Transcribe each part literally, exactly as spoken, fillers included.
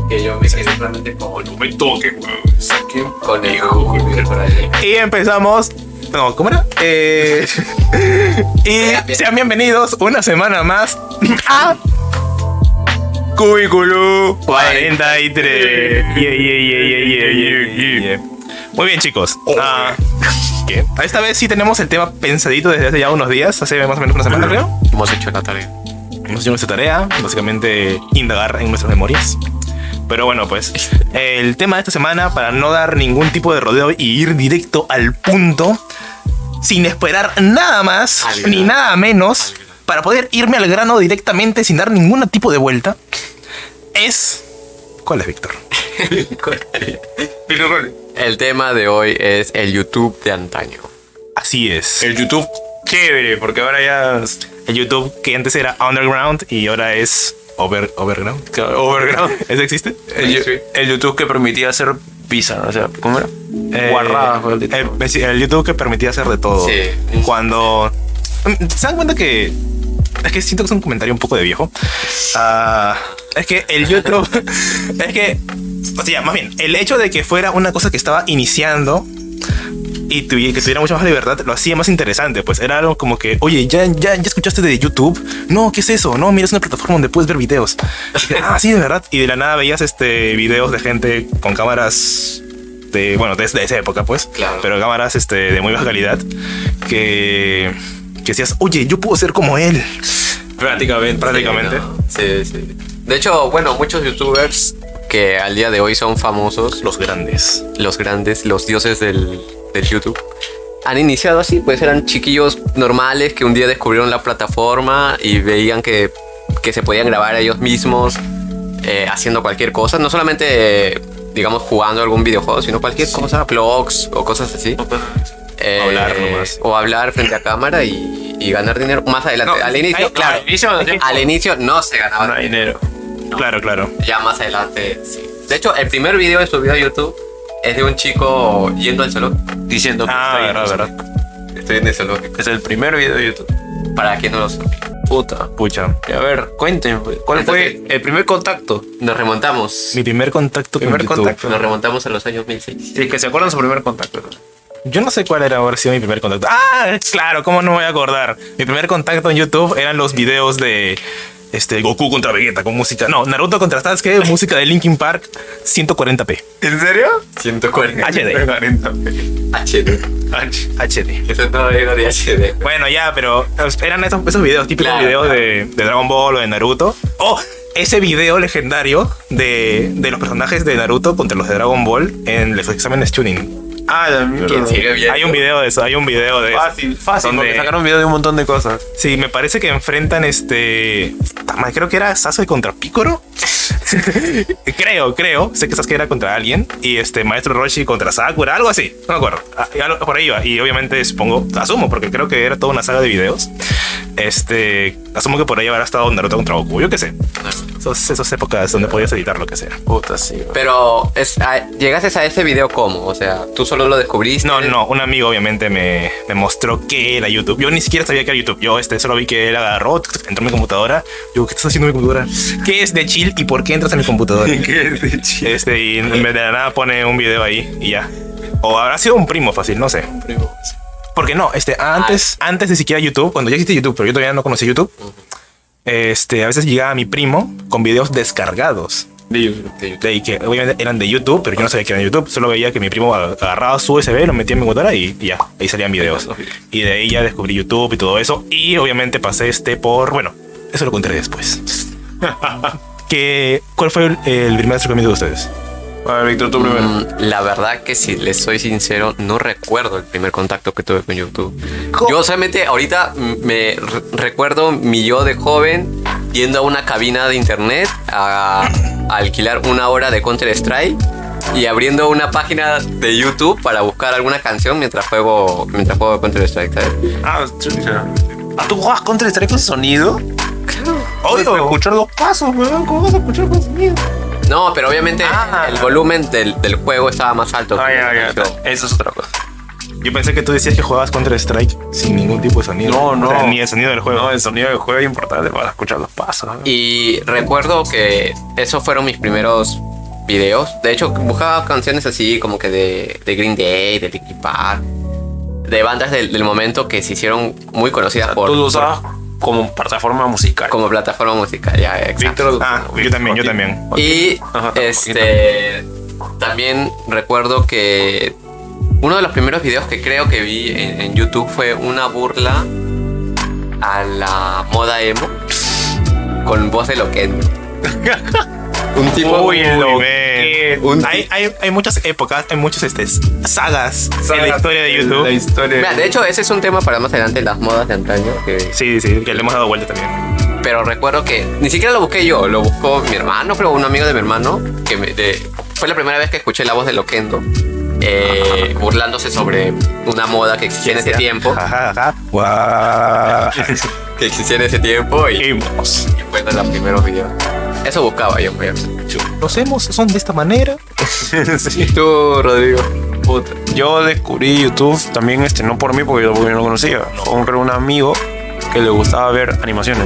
Que yo me quedé realmente como no me toques, weón. Saquen con el Google por ahí. Y empezamos. No, ¿cómo era? Eh, y sean bienvenidos una semana más a Cubículo cuarenta y tres. Yeah, yeah, yeah, yeah, yeah, yeah, yeah. Muy bien, chicos. Oh, uh, ¿qué? Esta vez sí tenemos el tema pensadito desde hace ya unos días, hace más o menos una semana, creo. Hemos hecho la tarea. Hemos hecho nuestra tarea, básicamente indagar en nuestras memorias. Pero bueno, pues el tema de esta semana, para no dar ningún tipo de rodeo y ir directo al punto, sin esperar nada más Alga. ni nada menos, Alga. para poder irme al grano directamente sin dar ningún tipo de vuelta, es... ¿Cuál es, Víctor? El tema de hoy es el YouTube de antaño. Así es. El YouTube chévere, porque ahora ya... El YouTube que antes era underground y ahora es... Over, overground. Overground. ¿Eso existe? El, el YouTube que permitía hacer pizza, o sea, ¿cómo era? Eh, Guarradas. El, el YouTube que permitía hacer de todo. Sí. Cuando... ¿Se dan cuenta que... Es que siento que es un comentario un poco de viejo. Uh, es que el YouTube... es que... O sea, más bien, el hecho de que fuera una cosa que estaba iniciando... y tuvi, que tuviera mucha más libertad, lo hacía más interesante. Pues era algo como que, oye, ¿ya, ya, ¿ya escuchaste de YouTube? No, ¿qué es eso? No, mira, es una plataforma donde puedes ver videos. Y, ah, sí, de verdad. Y de la nada veías este, videos de gente con cámaras de, bueno, desde esa época, pues. Claro. Pero cámaras este, de muy baja calidad. Que, que decías, oye, yo puedo ser como él. Prácticamente. Prácticamente. Sí, no. sí, sí. De hecho, bueno, muchos youtubers que al día de hoy son famosos. Los grandes. Los grandes, los dioses del... del YouTube han iniciado así, pues eran chiquillos normales que un día descubrieron la plataforma y veían que, que se podían grabar ellos mismos eh, haciendo cualquier cosa, no solamente eh, digamos jugando algún videojuego, sino cualquier sí. cosa, vlogs o cosas así, eh, hablar nomás. o hablar frente a cámara y, y ganar dinero más adelante. No, al inicio, hay, claro, al inicio, es que al inicio no se ganaba no dinero. No. Claro, claro. Ya más adelante, sí. De hecho, el primer video subido a YouTube es de un chico yendo al zoológico diciendo que ah, estoy, verdad, en verdad. estoy en el zoológico. Es el primer video de YouTube. Para quien no lo sabe. Puta. Pucha. Y a ver, cuéntenme, ¿cuál Entonces, fue el primer contacto? Nos remontamos. Mi primer contacto primer con YouTube. Contacto. Nos remontamos a los años mil seis. Sí, que se acuerdan su primer contacto. Yo no sé cuál era haber sido mi primer contacto. Ah, claro, ¿cómo no me voy a acordar? Mi primer contacto en YouTube eran los videos de... Este, Goku contra Vegeta con música. No, Naruto contra Sasuke, música de Linkin Park, ciento cuarenta p. ¿En serio? ciento cuarenta. H D. H D. H D. Eso no era de H D. Bueno, ya, pero eran esos, esos videos, típicos claro, videos claro. De, de Dragon Ball o de Naruto. Oh, ese video legendario de, de los personajes de Naruto contra los de Dragon Ball en los exámenes Chunin. Ah, la mierda. Hay un video de eso, hay un video de fácil, eso. Fácil, donde... porque sacaron un video de un montón de cosas. Sí, me parece que enfrentan este... Creo que era Sasuke contra Piccolo. creo, creo. Sé que Sasuke era contra alguien. Y este Maestro Roshi contra Sakura, algo así. No me acuerdo. Por ahí iba. Y obviamente supongo, asumo, porque creo que era toda una saga de videos. Este... Asumo que por ahí habrá estado Naruto contra Goku. Yo qué sé. Esos, esas épocas donde podías editar lo que sea. Puta, sí. Pero, es, a, ¿llegaste a ese video cómo? O sea, ¿tú solo lo descubriste? No, no. Un amigo obviamente me, me mostró qué era YouTube. Yo ni siquiera sabía que era YouTube. Yo este, solo vi que él agarró, entró en mi computadora. Yo, ¿qué estás haciendo en mi computadora? ¿Qué es de chill y por qué entras en mi computadora? ¿Qué es de chill? Este, y de la nada pone un video ahí y ya. O habrá sido un primo fácil, no sé. Un primo. Porque no, este, antes, ah. antes de siquiera YouTube, cuando ya existía YouTube, pero yo todavía no conocía YouTube, uh-huh. este, a veces llegaba mi primo con videos descargados. De YouTube. De YouTube. De, que obviamente eran de YouTube, pero yo no sabía que eran de YouTube. Solo veía que mi primo agarraba su U S B, lo metía en mi computadora y, y ya, ahí salían videos. Y de ahí ya descubrí YouTube y todo eso. Y obviamente pasé este por, bueno, eso lo contaré después. que, ¿Cuál fue el, el primer acercamiento de ustedes? A ver, Víctor, tú primero. Mm, la verdad que si les soy sincero, no recuerdo el primer contacto que tuve con YouTube. ¿Cómo? Yo solamente ahorita me re- recuerdo mi yo de joven yendo a una cabina de internet a, a alquilar una hora de Counter Strike y abriendo una página de YouTube para buscar alguna canción mientras juego mientras juego Counter Strike, ¿sabes? Ah, ¿Ah, tú jugabas Counter Strike con sonido? Claro. Obvio, escuchar dos pasos, weón. ¿Cómo vas a escuchar con sonido? No, pero obviamente ah, el volumen del, del juego estaba más alto. Ah, ya, ya, eso es otra cosa. Yo pensé que tú decías que jugabas Counter Strike sin ningún tipo de sonido. No, no. O sea, ni el sonido del juego. No, el sonido del juego es importante para escuchar los pasos. Y recuerdo que esos fueron mis primeros videos. De hecho, buscaba canciones así como que de, de Green Day, de Linkin Park, de bandas del, del momento que se hicieron muy conocidas O sea, por, tú lo por- usabas como plataforma musical. como plataforma musical. Ya, exacto. Víctor, Ah, yo también, yo también. Y Ajá, este también recuerdo que uno de los primeros videos que creo que vi en, en YouTube fue una burla a la moda emo con voz de Loquendo. Un tipo Uy, el Uy, Loquendo. man. Un- hay, hay, hay muchas épocas, hay muchas este, sagas en la historia de La YouTube. historia. Mira, de hecho, ese es un tema para más adelante, las modas de antaño. Que, Sí, sí, que le hemos dado vuelta también. pero recuerdo que ni siquiera lo busqué yo, lo buscó mi hermano, creo, un amigo de mi hermano, que me- de- fue la primera vez que escuché la voz de Loquendo, eh, burlándose sobre una moda que existía en ese tiempo, Ajá, ajá. Guau. que existía en ese tiempo y, Hemos. y fue de los primeros videos. Eso buscaba yo, pues. Los hemos son de esta manera. ¿Y tú, Rodrigo? Puta. Yo descubrí YouTube también, este, no por mí, porque yo, porque yo no lo conocía. Fue un, un amigo que le gustaba ver animaciones.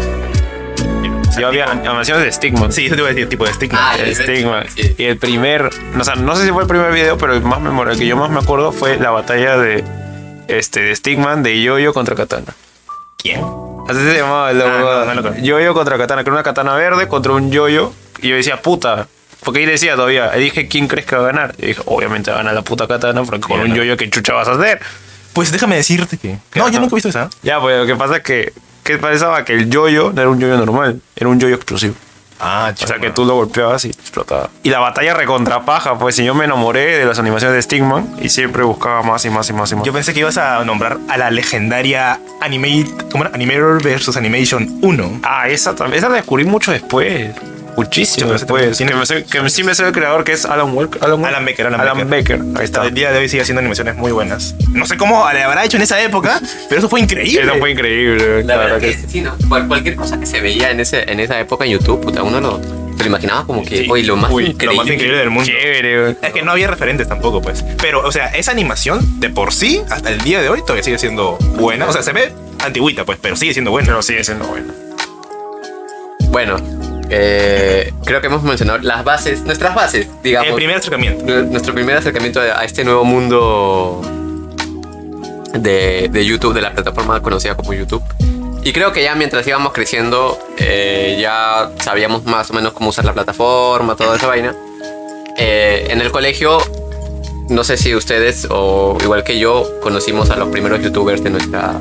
Yo había animaciones de Stigma. Sí, eso te iba a decir, tipo de estigma. Ah, El ya. Stigma. Sí. Y el primer, o sea, no sé si fue el primer video, pero el más memorable, el que yo más me acuerdo fue la batalla de, este, de Stigman de Yo-Yo contra Katana. ¿Quién? Así se llamaba el Ah, no, no lo conozco. Yo-Yo contra Katana, que era una katana verde contra un yo-yo. Y yo decía, puta. Porque ahí decía todavía, y dije, ¿quién crees que va a ganar? Y dije, obviamente va a ganar la puta katana, porque con Sí, un no. yo-yo, ¿qué chucha vas a hacer? Pues déjame decirte que. No, Ajá. yo nunca he visto esa. Ya, pues lo que pasa es que, que pensaba que el yo-yo no era un yo-yo normal, era un yo-yo explosivo. Ah, O sea, que tú lo golpeabas y explotaba. Y la batalla recontra paja, pues si yo me enamoré de las animaciones de Stigman y siempre buscaba más y más y más y más. Yo pensé que ibas a nombrar a la legendaria Animate, ¿cómo era? Animator versus Animation uno. Ah, esa también. Esa la descubrí mucho después. Muchísimo Sí, pero después. tiene- Que, me sé- que sí me sé el creador, que es Alan Walker. Alan, Walker. Alan Becker, Alan Alan Becker. Ahí Hasta está. el día de hoy sigue haciendo animaciones muy buenas. No sé cómo le habrá hecho en esa época, pero eso fue increíble. Eso fue increíble. La verdad que sí. sí, ¿no? Cual- cualquier cosa que se veía en, ese, en esa época en YouTube, puta, uno lo, se lo imaginaba como que, Sí. oye, lo más Uy, increíble. lo más increíble del mundo. Chévere, güey. Es que no había referentes tampoco, pues. Pero, o sea, esa animación de por sí, hasta el día de hoy, todavía sigue siendo buena. O sea, se ve antigüita, pues, pero sigue siendo buena. Pero sigue siendo bueno. Bueno, eh, creo que hemos mencionado las bases, nuestras bases, digamos. El primer acercamiento. Nu- Nuestro primer acercamiento a a este nuevo mundo de, de YouTube, de la plataforma conocida como YouTube. Y creo que ya mientras íbamos creciendo, eh, ya sabíamos más o menos cómo usar la plataforma, toda esa vaina. Eh, en el colegio, no sé si ustedes o igual que yo, conocimos a los primeros YouTubers de nuestra,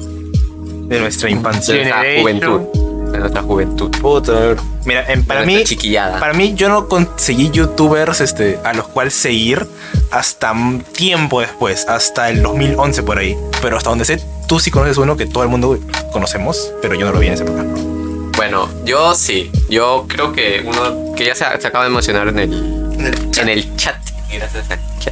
De nuestra infancia. de nuestra Generation. juventud. De nuestra juventud. Puta, a ver. Mira, en- para de mí, nuestra chiquillada. para mí, yo no conseguí youtubers este, a los cuales seguir hasta un tiempo después, hasta el dos mil once por ahí. Pero hasta donde sé, tú sí conoces uno que todo el mundo conocemos, pero yo no lo vi en esa época. Bueno, yo sí. Yo creo que uno que ya se, se acaba de mencionar en el, en el chat. Gracias al chat.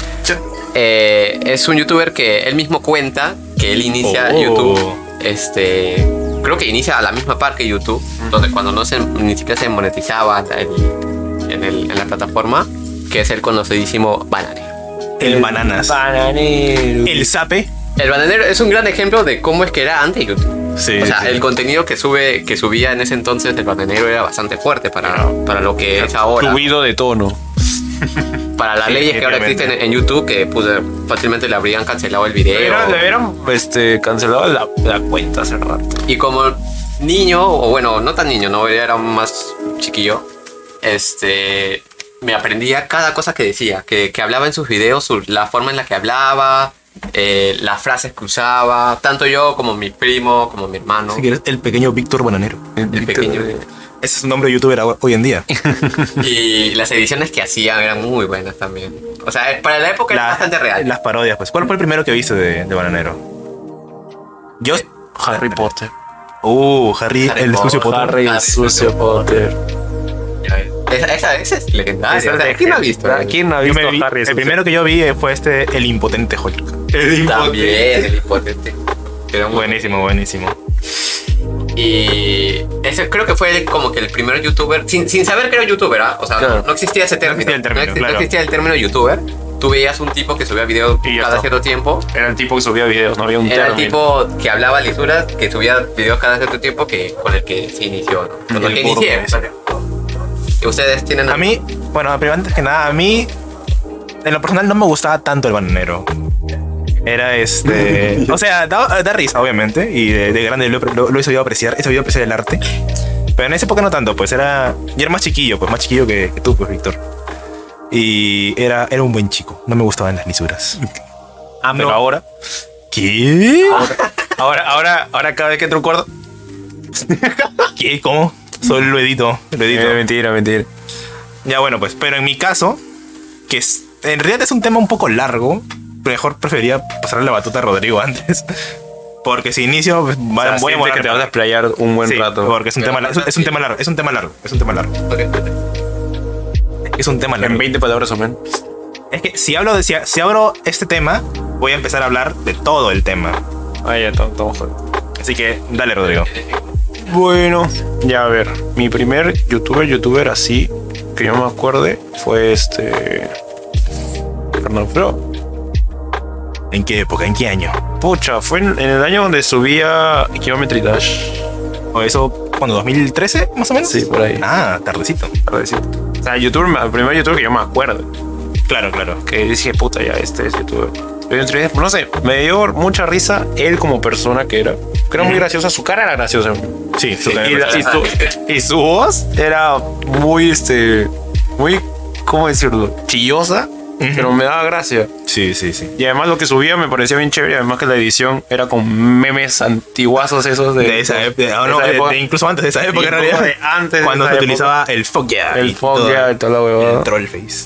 Eh, es un youtuber que él mismo cuenta que él inicia Oh. YouTube. Este. Creo que inicia a la misma par que YouTube. Donde cuando no se, ni siquiera se monetizaba el- en, el- en la plataforma. Que es el conocidísimo Bananero. El Bananas. Bananero. El Zape. El Bananero es un gran ejemplo de cómo es que era antes YouTube. Sí, O sea, sí. el contenido que sube, que subía en ese entonces del Bananero era bastante fuerte para, para lo que es ahora. Subido de tono. Para las Sí, leyes que ahora definitivamente. existen en YouTube, que pues, fácilmente le habrían cancelado el video. Le hubieran este, cancelado la, la cuenta hace rato. Y como niño, o bueno, no tan niño, no era más chiquillo, este, me aprendía cada cosa que decía, que, que hablaba en sus videos, su- la forma en la que hablaba, eh, las frases que usaba, tanto yo como mi primo, como mi hermano, Si quieres, el pequeño Víctor Bananero. el pequeño. Ese es un nombre de youtuber ahora- hoy en día. Y las ediciones que hacían eran muy buenas también. O sea, para la época era La- bastante real. Las parodias, pues. ¿Cuál fue el primero que viste de, de Bananero? Yo. Harry Potter. Uh, Harry, Harry el sucio Potter. Potter. Harry Ah, el sucio Potter. Esa, esa, esa es legendaria. Esa O sea, es ¿quién no ha visto? legendaria. ¿Quién no ha Yo visto me vi- Harry el el sucio? primero que yo vi fue este, el impotente Hulk. También, el impotente. Era muy Buenísimo, buenísimo. Y ese creo que fue el- como que el primer youtuber, sin, sin saber que era youtuber, ¿ah? O sea, Claro. no, no existía ese término. existía el término, no, exi- no claro. existía el término youtuber. Tú veías un tipo que subía videos Y ya cada está. cierto tiempo. Era el tipo que subía videos, no había un Era el término. tipo que hablaba lisuras, que subía videos cada cierto tiempo, que con el que se inició, ¿no? Con el, El que burro inicié. ese. ¿Y ustedes tienen A mí, bueno, pero antes que nada, a mí, en lo personal, no me gustaba tanto el bananero. Era este. O sea, da, da risa, obviamente. Y de, de grande lo, lo, lo he sabido apreciar. He sabido apreciar el arte. Pero en esa época no tanto, pues era. Yo era más chiquillo, pues más chiquillo que, que tú, pues, Víctor. Y era, era un buen chico. No me gustaban las lisuras. Ah, pero No. ahora. ¿Qué? Ahora, ahora, ahora cada vez que entro a un cuarto. ¿Qué? ¿Cómo? Solo lo edito. Lo edito. Eh, mentira, mentira. Ya bueno, pues, pero en mi caso, que es, en realidad es un tema un poco largo, mejor prefería pasarle la batuta a Rodrigo antes. Porque si inicio, pues, O va- sea, voy a sientes morar. que te vas a explayar un buen Sí, rato. porque es un, tema, la- es, es un tema largo, es un tema largo, es un tema largo, es un tema largo. En veinte palabras o menos. Es que si hablo de, si, si abro este tema, voy a empezar a hablar de todo el tema. Ah, ya, estamos jodidos. Así que, dale, Rodrigo. Bueno, ya a ver. Mi primer youtuber, youtuber así, que yo me acuerde, fue este. Fernando Pro. ¿En qué época? ¿En qué año? Pucha, fue en, en el año donde subía Geometry Dash. ¿O eso, cuando? ¿dos mil trece, más o menos? Sí, por ahí. Ah, tardecito. A ver, sí. O sea, youtuber, el primer youtuber que yo me acuerdo. Claro, claro. Que dije, puta, ya, este es youtuber. Pero entre- no sé, me dio mucha risa él como persona que era. Que era muy graciosa, su cara era graciosa. Sí, su Y, la- y su, y su voz era muy, este, muy, ¿cómo decirlo? Chillosa, pero me daba gracia. Sí, sí, sí. Y además lo que subía me parecía bien chévere. Además que la edición era con memes antiguazos esos de, De esa época, no, esa de- época. de- incluso antes de esa época, en Incluso realidad. de antes de cuando esa se época. utilizaba el fuck yeah. El y fuck todo- yeah y toda la huevada. El troll face.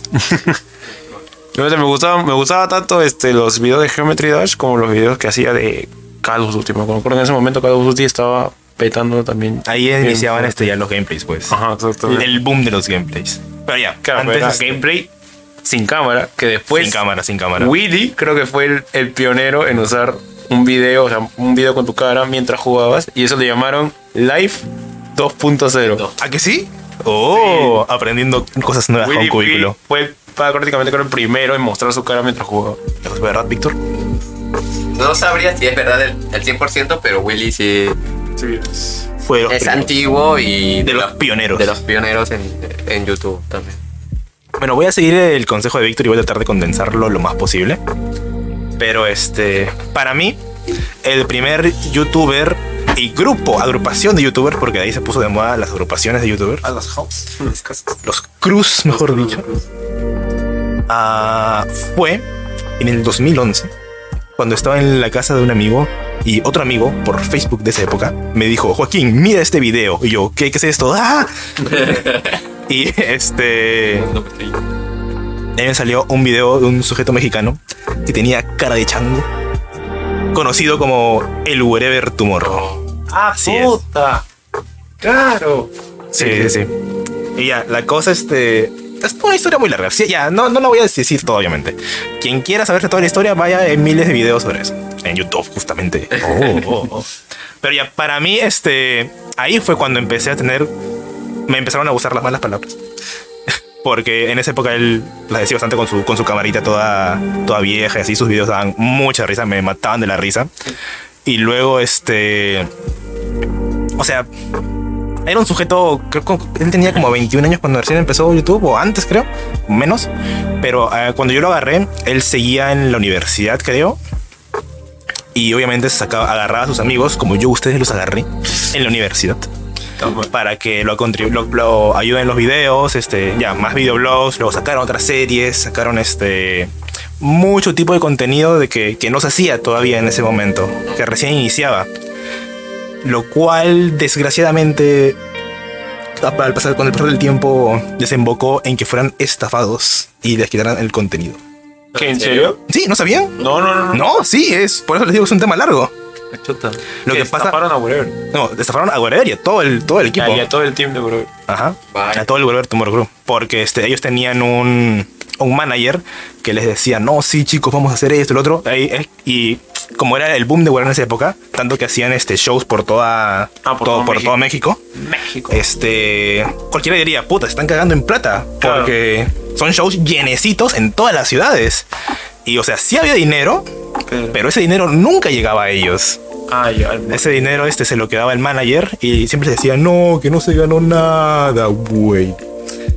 No sé, me gustaba, me gustaba tanto este, los videos de Geometry Dash como los videos que hacía de Call of Duty. Me acuerdo que en ese momento Call of Duty estaba petando también. Ahí Bien iniciaban fuerte. este, ya los gameplays, pues. Ajá, exacto. El, el boom de los gameplays. Pero ya, Claro, antes pero era este, gameplay sin cámara, que después sin cámara, sin cámara. Willy creo que fue el, el pionero en usar un video, o sea, un video con tu cara mientras jugabas, y eso le llamaron Live dos punto cero. ¿A que sí? Oh, aprendiendo cosas nuevas con Willy cubículo. P fue prácticamente creo el primero en mostrar su cara mientras jugaba. ¿Es verdad, Víctor? No sabría si es verdad el, el cien por ciento, pero Willy sí Sí. Fue de los es primeros. antiguo y De los pioneros. De los pioneros en, en YouTube también. Bueno, voy a seguir el consejo de Víctor y voy a tratar de condensarlo lo más posible. Pero este, para mí, el primer youtuber y grupo, agrupación de youtubers, porque de ahí se puso de moda las agrupaciones de youtubers. A las house. Los cruz, mejor dicho. Ah, fue en el dos mil once, cuando estaba en la casa de un amigo y otro amigo por Facebook de esa época me dijo: Joaquín, mira este video. Y yo, ¿qué, qué es esto? ¡Ah! Y este, ahí me salió un video de un sujeto mexicano que tenía cara de chango, conocido como el Wherever Tomorrow. Ah, Así es. puta. Claro. Sí, sí, sí. Y ya, la cosa, este. Es una historia muy larga. Sí, ya, no, no la voy a decir todo, obviamente. Quien quiera saber toda la historia, vaya en miles de videos sobre eso. En YouTube, justamente. Oh, oh, oh. Pero ya, para mí, este. Ahí fue cuando empecé a tener. Me empezaron a gustar las malas palabras. Porque en esa época él las decía bastante con su, con su camarita toda, toda vieja y así. Sus videos daban mucha risa, me mataban de la risa. Y luego, este. O sea, era un sujeto, creo que él tenía como veintiún años cuando recién empezó YouTube, o antes creo, menos. Pero uh, cuando yo lo agarré, él seguía en la universidad, creo. Y obviamente sacaba, agarraba a sus amigos, como yo ustedes los agarré, en la universidad. Para que lo, contribu- lo, lo ayuden en los videos, este, ya, más videoblogs. Luego sacaron otras series, sacaron este mucho tipo de contenido de que, que no se hacía todavía en ese momento, que recién iniciaba. Lo cual, desgraciadamente, al pasar con el paso del tiempo, desembocó en que fueran estafados y les quitaran el contenido. ¿Qué, en serio? Sí, ¿no sabían? No, no, no. No, sí, es. Por eso les digo que es un tema largo. Chuta. Lo que pasa- Estafaron a Wherever. No, estafaron a Wherever y a todo el, todo el equipo. Y a todo el team de Wherever. Ajá. Vaya. A todo el Wherever Tomorrow Crew. Porque este, ellos tenían un, un manager que les decía: no, sí, chicos, vamos a hacer esto, lo otro. Ahí, eh, y como era el boom de Wherever en esa época, tanto que hacían este, shows por toda Ah, por todo, todo por México. todo México. México. Este, cualquiera diría: puta, están cagando en plata. Claro. Porque son shows llenecitos en todas las ciudades. Y o sea, sí había dinero, Pero- pero ese dinero nunca llegaba a ellos. Ah, ya. Ese dinero este se lo quedaba el manager y siempre se decía: no, que no se ganó nada, güey.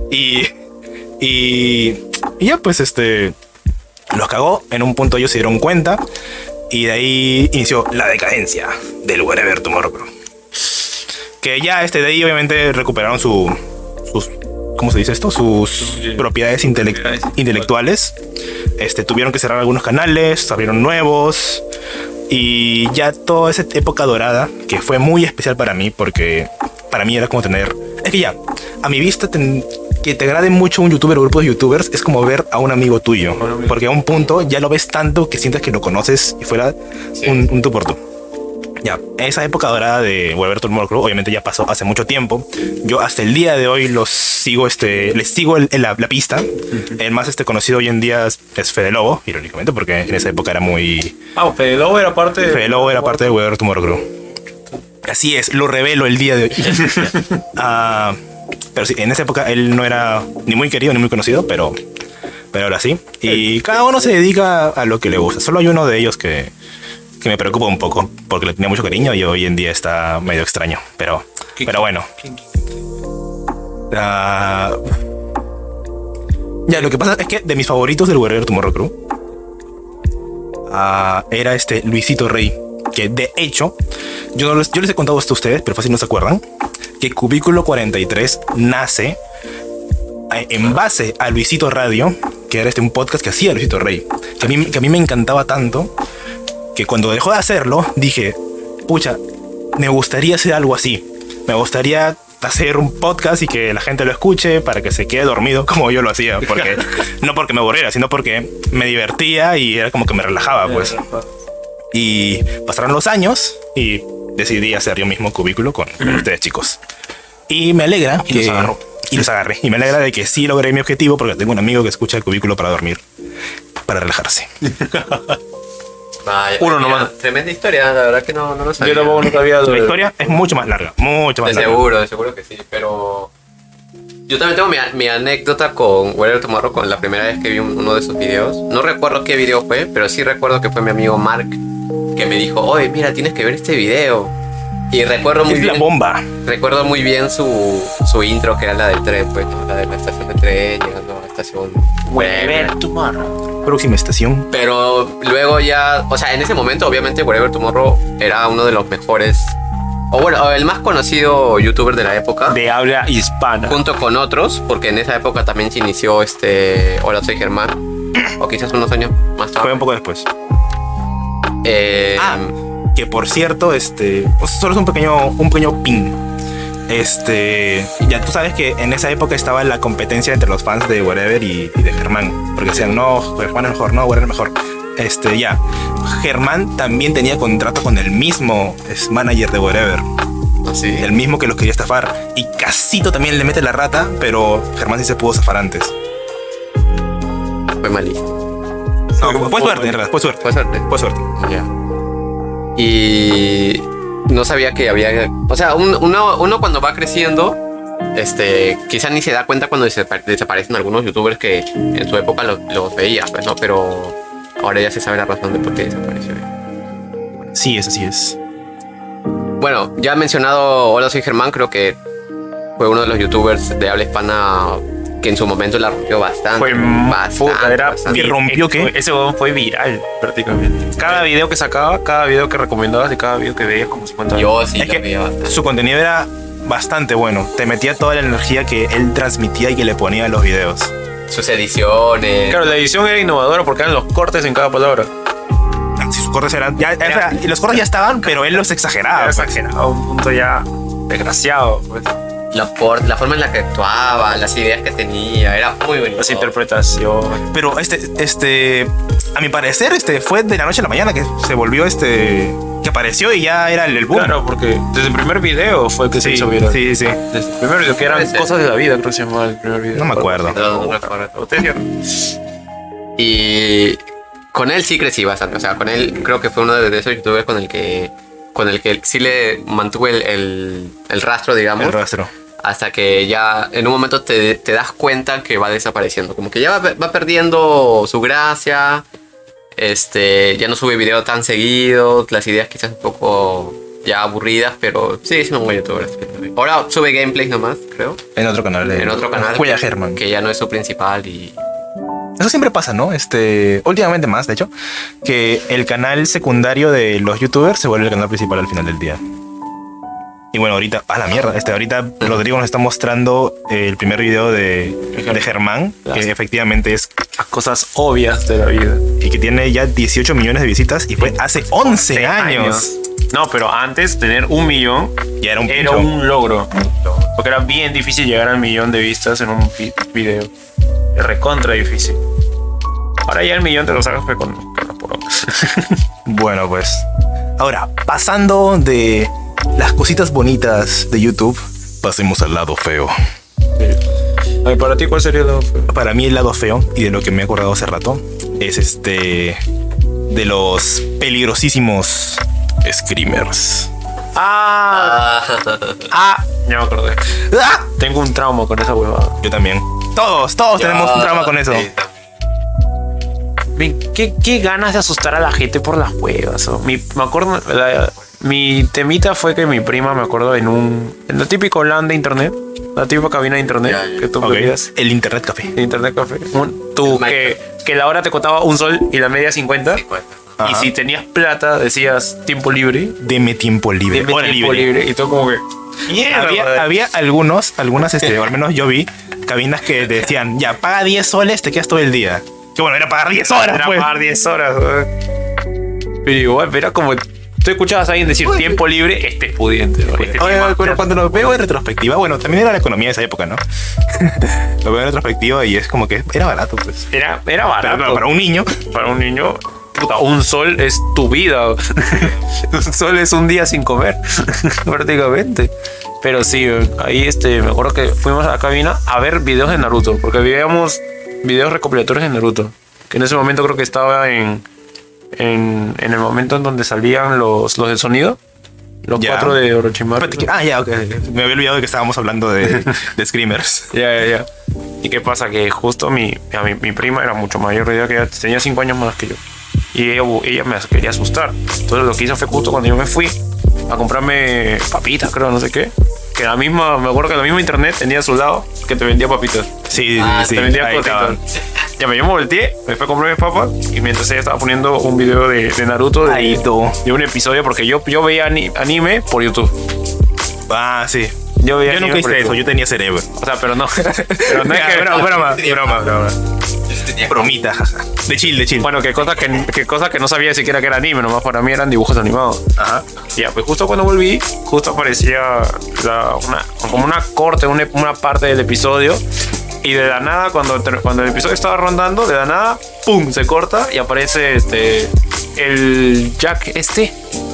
Y, y, y ya pues este, los cagó. En un punto ellos se dieron cuenta y de ahí inició la decadencia del Wherever Tomorrow Crew. Que ya este de ahí obviamente recuperaron su, sus, ¿cómo se dice esto? Sus Sí. propiedades intele- Propiedades intelectuales. Este, tuvieron que cerrar algunos canales, abrieron nuevos. Y ya toda esa época dorada, que fue muy especial para mí, porque para mí era como tener... Es que ya, a mi vista, ten- que te agrade mucho un youtuber o grupo de youtubers es como ver a un amigo tuyo. Un amigo. Porque a un punto ya lo ves tanto que sientes que lo conoces y fuera Sí. un, un tú por tú. Ya, esa época dorada de Wherever Tomorrow Crew obviamente ya pasó hace mucho tiempo. Yo hasta el día de hoy los sigo, este, les sigo el- el- la, la pista. El más este, conocido hoy en día es, es Fede Lobo, irónicamente, porque en esa época era muy... Ah, Fede Lobo era parte de... Fede Lobo era parte de Wherever Tomorrow Crew. Así es, lo revelo el día de hoy. Ah, pero sí, en esa época él no era ni muy querido ni muy conocido, pero, pero ahora sí. Y cada uno se dedica a lo que le gusta. Solo hay uno de ellos que, que me preocupa un poco, porque le tenía mucho cariño y hoy en día está medio extraño. Pero, pero bueno. Ah, ya, lo que pasa es que de mis favoritos del Wherever Tomorrow Crew ah, era este Luisito Rey. Que de hecho, yo, no les, yo les he contado esto a ustedes, pero fácil no se acuerdan, que Cubículo cuarenta y tres nace eh, en base a Luisito Radio, que era este un podcast que hacía Luisito Rey, que a mí, que a mí me encantaba tanto, que cuando dejó de hacerlo, dije, pucha, me gustaría hacer algo así, me gustaría hacer un podcast y que la gente lo escuche para que se quede dormido como yo lo hacía, porque no porque me aburriera, sino porque me divertía y era como que me relajaba, pues. Y pasaron los años y decidí hacer yo mismo Cubículo con, con ustedes, chicos. Y me alegra Y que... los agarró. Y los agarré. Y me alegra de que sí logré mi objetivo porque tengo un amigo que escucha el Cubículo para dormir, para relajarse. Vaya, Uno mira, nomás. Tremenda historia, la verdad que no, no lo sabía. Yo tampoco nunca había... La historia es mucho más larga, mucho más De larga. seguro, de seguro que sí, pero... Yo también tengo mi, mi anécdota con Wherever Tomorrow, con la primera vez que vi un- uno de sus videos. No recuerdo qué video fue, pero sí recuerdo que fue mi amigo Mark que me dijo, oye, mira, tienes que ver este video. Y recuerdo muy Es la bien... bomba. Recuerdo muy bien su, su intro, que era la del tren, pues, ¿no? La de la estación de tren, llegando a la estación... Wherever Tomorrow. Próxima estación. Pero luego ya, o sea, en ese momento obviamente Wherever Tomorrow era uno de los mejores, o bueno, el más conocido youtuber de la época, De habla hispana. junto con otros, porque en esa época también se inició este Hola, soy Germán, o quizás unos años más Fue tarde. un poco después. Eh, Ah, que por cierto, este, solo es un pequeño, un pequeño pin. Este, ya tú sabes que en esa época estaba la competencia entre los fans de Wherever y, y de Germán, porque decían, no, Germán es mejor, no, Wherever es mejor. Este, ya, Germán también tenía contrato con el mismo es, manager de Wherever, sí. el mismo que los quería estafar. Y Casito también le mete la rata, pero Germán sí se pudo zafar antes. Fue malísimo. No, fue suerte, en realidad, fue suerte. Fue suerte. Fue suerte. Ya. Y no sabía que había. O sea, un- uno, uno cuando va creciendo, este, quizá ni se da cuenta cuando desapa- desaparecen algunos youtubers que en su época los, los veía, pues, ¿no? Pero ahora ya se sabe la razón de por qué desapareció. Sí, es así es. Bueno, ya he mencionado Hola, soy Germán, creo que fue uno de los youtubers de habla hispana que en su momento la rompió bastante. Fue bastante, puta, era bastante. ¿Que rompió qué? Ese huevón fue viral, prácticamente. Cada video que sacaba, cada video que recomendabas y cada video que veías como cincuenta años. Yo sí Es lo que veía bastante. su contenido era bastante bueno. Te metía toda la energía que él transmitía y que le ponía a los videos. Sus ediciones. Claro, la edición era innovadora porque eran los cortes en cada palabra. Si sus cortes eran. Ya, o sea, y los cortes ya estaban, pero él los exageraba. Era pues. exagerado, a un punto ya desgraciado. Pues. La, por- la forma en la que actuaba, las ideas que tenía, era muy bonito. Las interpretaciones. Pero este, este, a mi parecer, este fue de la noche a la mañana que se volvió este. Que apareció y ya era el, el boom. Claro, porque desde el primer video fue que se sí, hizo viral. sí, sí. Desde el primer video, que eran Puede ser. cosas de la vida, creo que se llamaba el primer video. No me acuerdo. No, no recuerdo. ¿Ustedes vieron? Y con él sí crecí bastante. O sea, con él creo que fue uno de esos youtubers con el que con el que sí le mantuve el, el, el rastro, digamos. El rastro. Hasta que ya en un momento te, te das cuenta que va desapareciendo. Como que ya va, va perdiendo su gracia. Este, ya no sube video tan seguido. Las ideas quizás un poco ya aburridas, pero sí, es un buen youtuber. Ahora sube gameplays nomás, creo. En otro canal. En otro canal. Julia que, Herman. que ya no es su principal y... Eso siempre pasa, ¿no? Este, últimamente más, de hecho, que el canal secundario de los youtubers se vuelve el canal principal al final del día. Y bueno, ahorita, a la mierda, este, ahorita Rodrigo nos está mostrando el primer video de, de Germán, que efectivamente es Las cosas obvias de la vida. y que tiene ya dieciocho millones de visitas y fue hace once años. No, pero antes tener un millón Ya era un era pincho. un logro. Porque era bien difícil llegar al millón de vistas en un vi- video. Es recontra difícil. Ahora ya el millón te lo sacas con, con las porongas. Bueno, pues. Ahora, pasando de las cositas bonitas de YouTube, pasemos al lado feo. Ay, para ti, ¿cuál sería el lado feo? Para mí el lado feo, y de lo que me he acordado hace rato, es este... de los peligrosísimos screamers. Ah, Ah, ah, ya me acordé. ¡Ah! Tengo un trauma con esa huevada. Yo también. Todos, todos tenemos un trauma con eso. sí, Ven, ¿Qué, qué ganas de asustar a la gente por las huevas. ¿O? Mi, me acuerdo, la- mi temita fue que mi prima, me acuerdo, en un... En el típico LAN de internet, la típica cabina de internet Ya, ya. que tú Ok. veías. El internet café. En internet café. Un- tú, El que, que la hora te costaba un sol y la media cincuenta. sí, bueno. Y Ajá. si tenías plata, decías tiempo libre. Deme tiempo libre. Deme Hora tiempo libre. libre. Y todo como que... Mierda. Había, había algunos, algunas, este, o al menos yo vi, cabinas que decían, ya, paga diez soles, te quedas todo el día. Que bueno, era pagar diez horas, Era pues. pagar diez horas. weón. Pero igual, era como... Tú escuchabas a alguien decir tiempo libre, este es pudiente. weón, este Oye, tiene más pero plata. cuando lo veo en retrospectiva, bueno, también era la economía de esa época, ¿no? Lo veo en retrospectiva y es como que era barato, pues. Era, era Pero barato. claro, para un niño, Para un niño, puta, un sol es tu vida. Un sol es un día sin comer, prácticamente. Pero sí, ahí este, me acuerdo que fuimos a la cabina a ver videos de Naruto, porque veíamos videos recopilatorios de Naruto, que en ese momento creo que estaba en, en, en el momento en donde salían los, los del sonido, los Ya. cuatro de Orochimaru. Espérate, que- ah, ya, ok. Me había olvidado de que estábamos hablando de, de screamers. Ya, ya, ya. ¿Y qué pasa? Que justo mi, a mi, mi prima era mucho mayor de edad, que ella tenía cinco años más que yo. Y ella, ella me quería asustar. Entonces lo que hizo fue justo cuando yo me fui a comprarme papitas, creo, no sé qué. Que la misma, me acuerdo que la misma internet tenía a su lado que te vendía papitas. Sí, sí, Ah, sí. te vendía Ahí cositas. estaban. Ya me, yo me volteé, me fui a comprar mis papas y mientras ella estaba poniendo un video de, de Naruto de, Ahí tú. de un episodio, porque yo, yo veía ani- anime por YouTube. Ah, sí. Yo veía Yo anime nunca por hice eso, YouTube. yo tenía cerebro. O sea, pero no. Pero no es que. broma, broma, broma, broma. Yo tenía- Bromita, jaja. De chill, de chill. Bueno, que cosas que, que cosas que no sabía siquiera que era anime, nomás para mí eran dibujos animados. Ajá. Ya, pues justo cuando volví, justo aparecía la- una, como una corte, una, una parte del episodio. Y de la nada, cuando, ter- cuando el episodio estaba rondando, de la nada, ¡pum! Se corta y aparece este. El Jack este.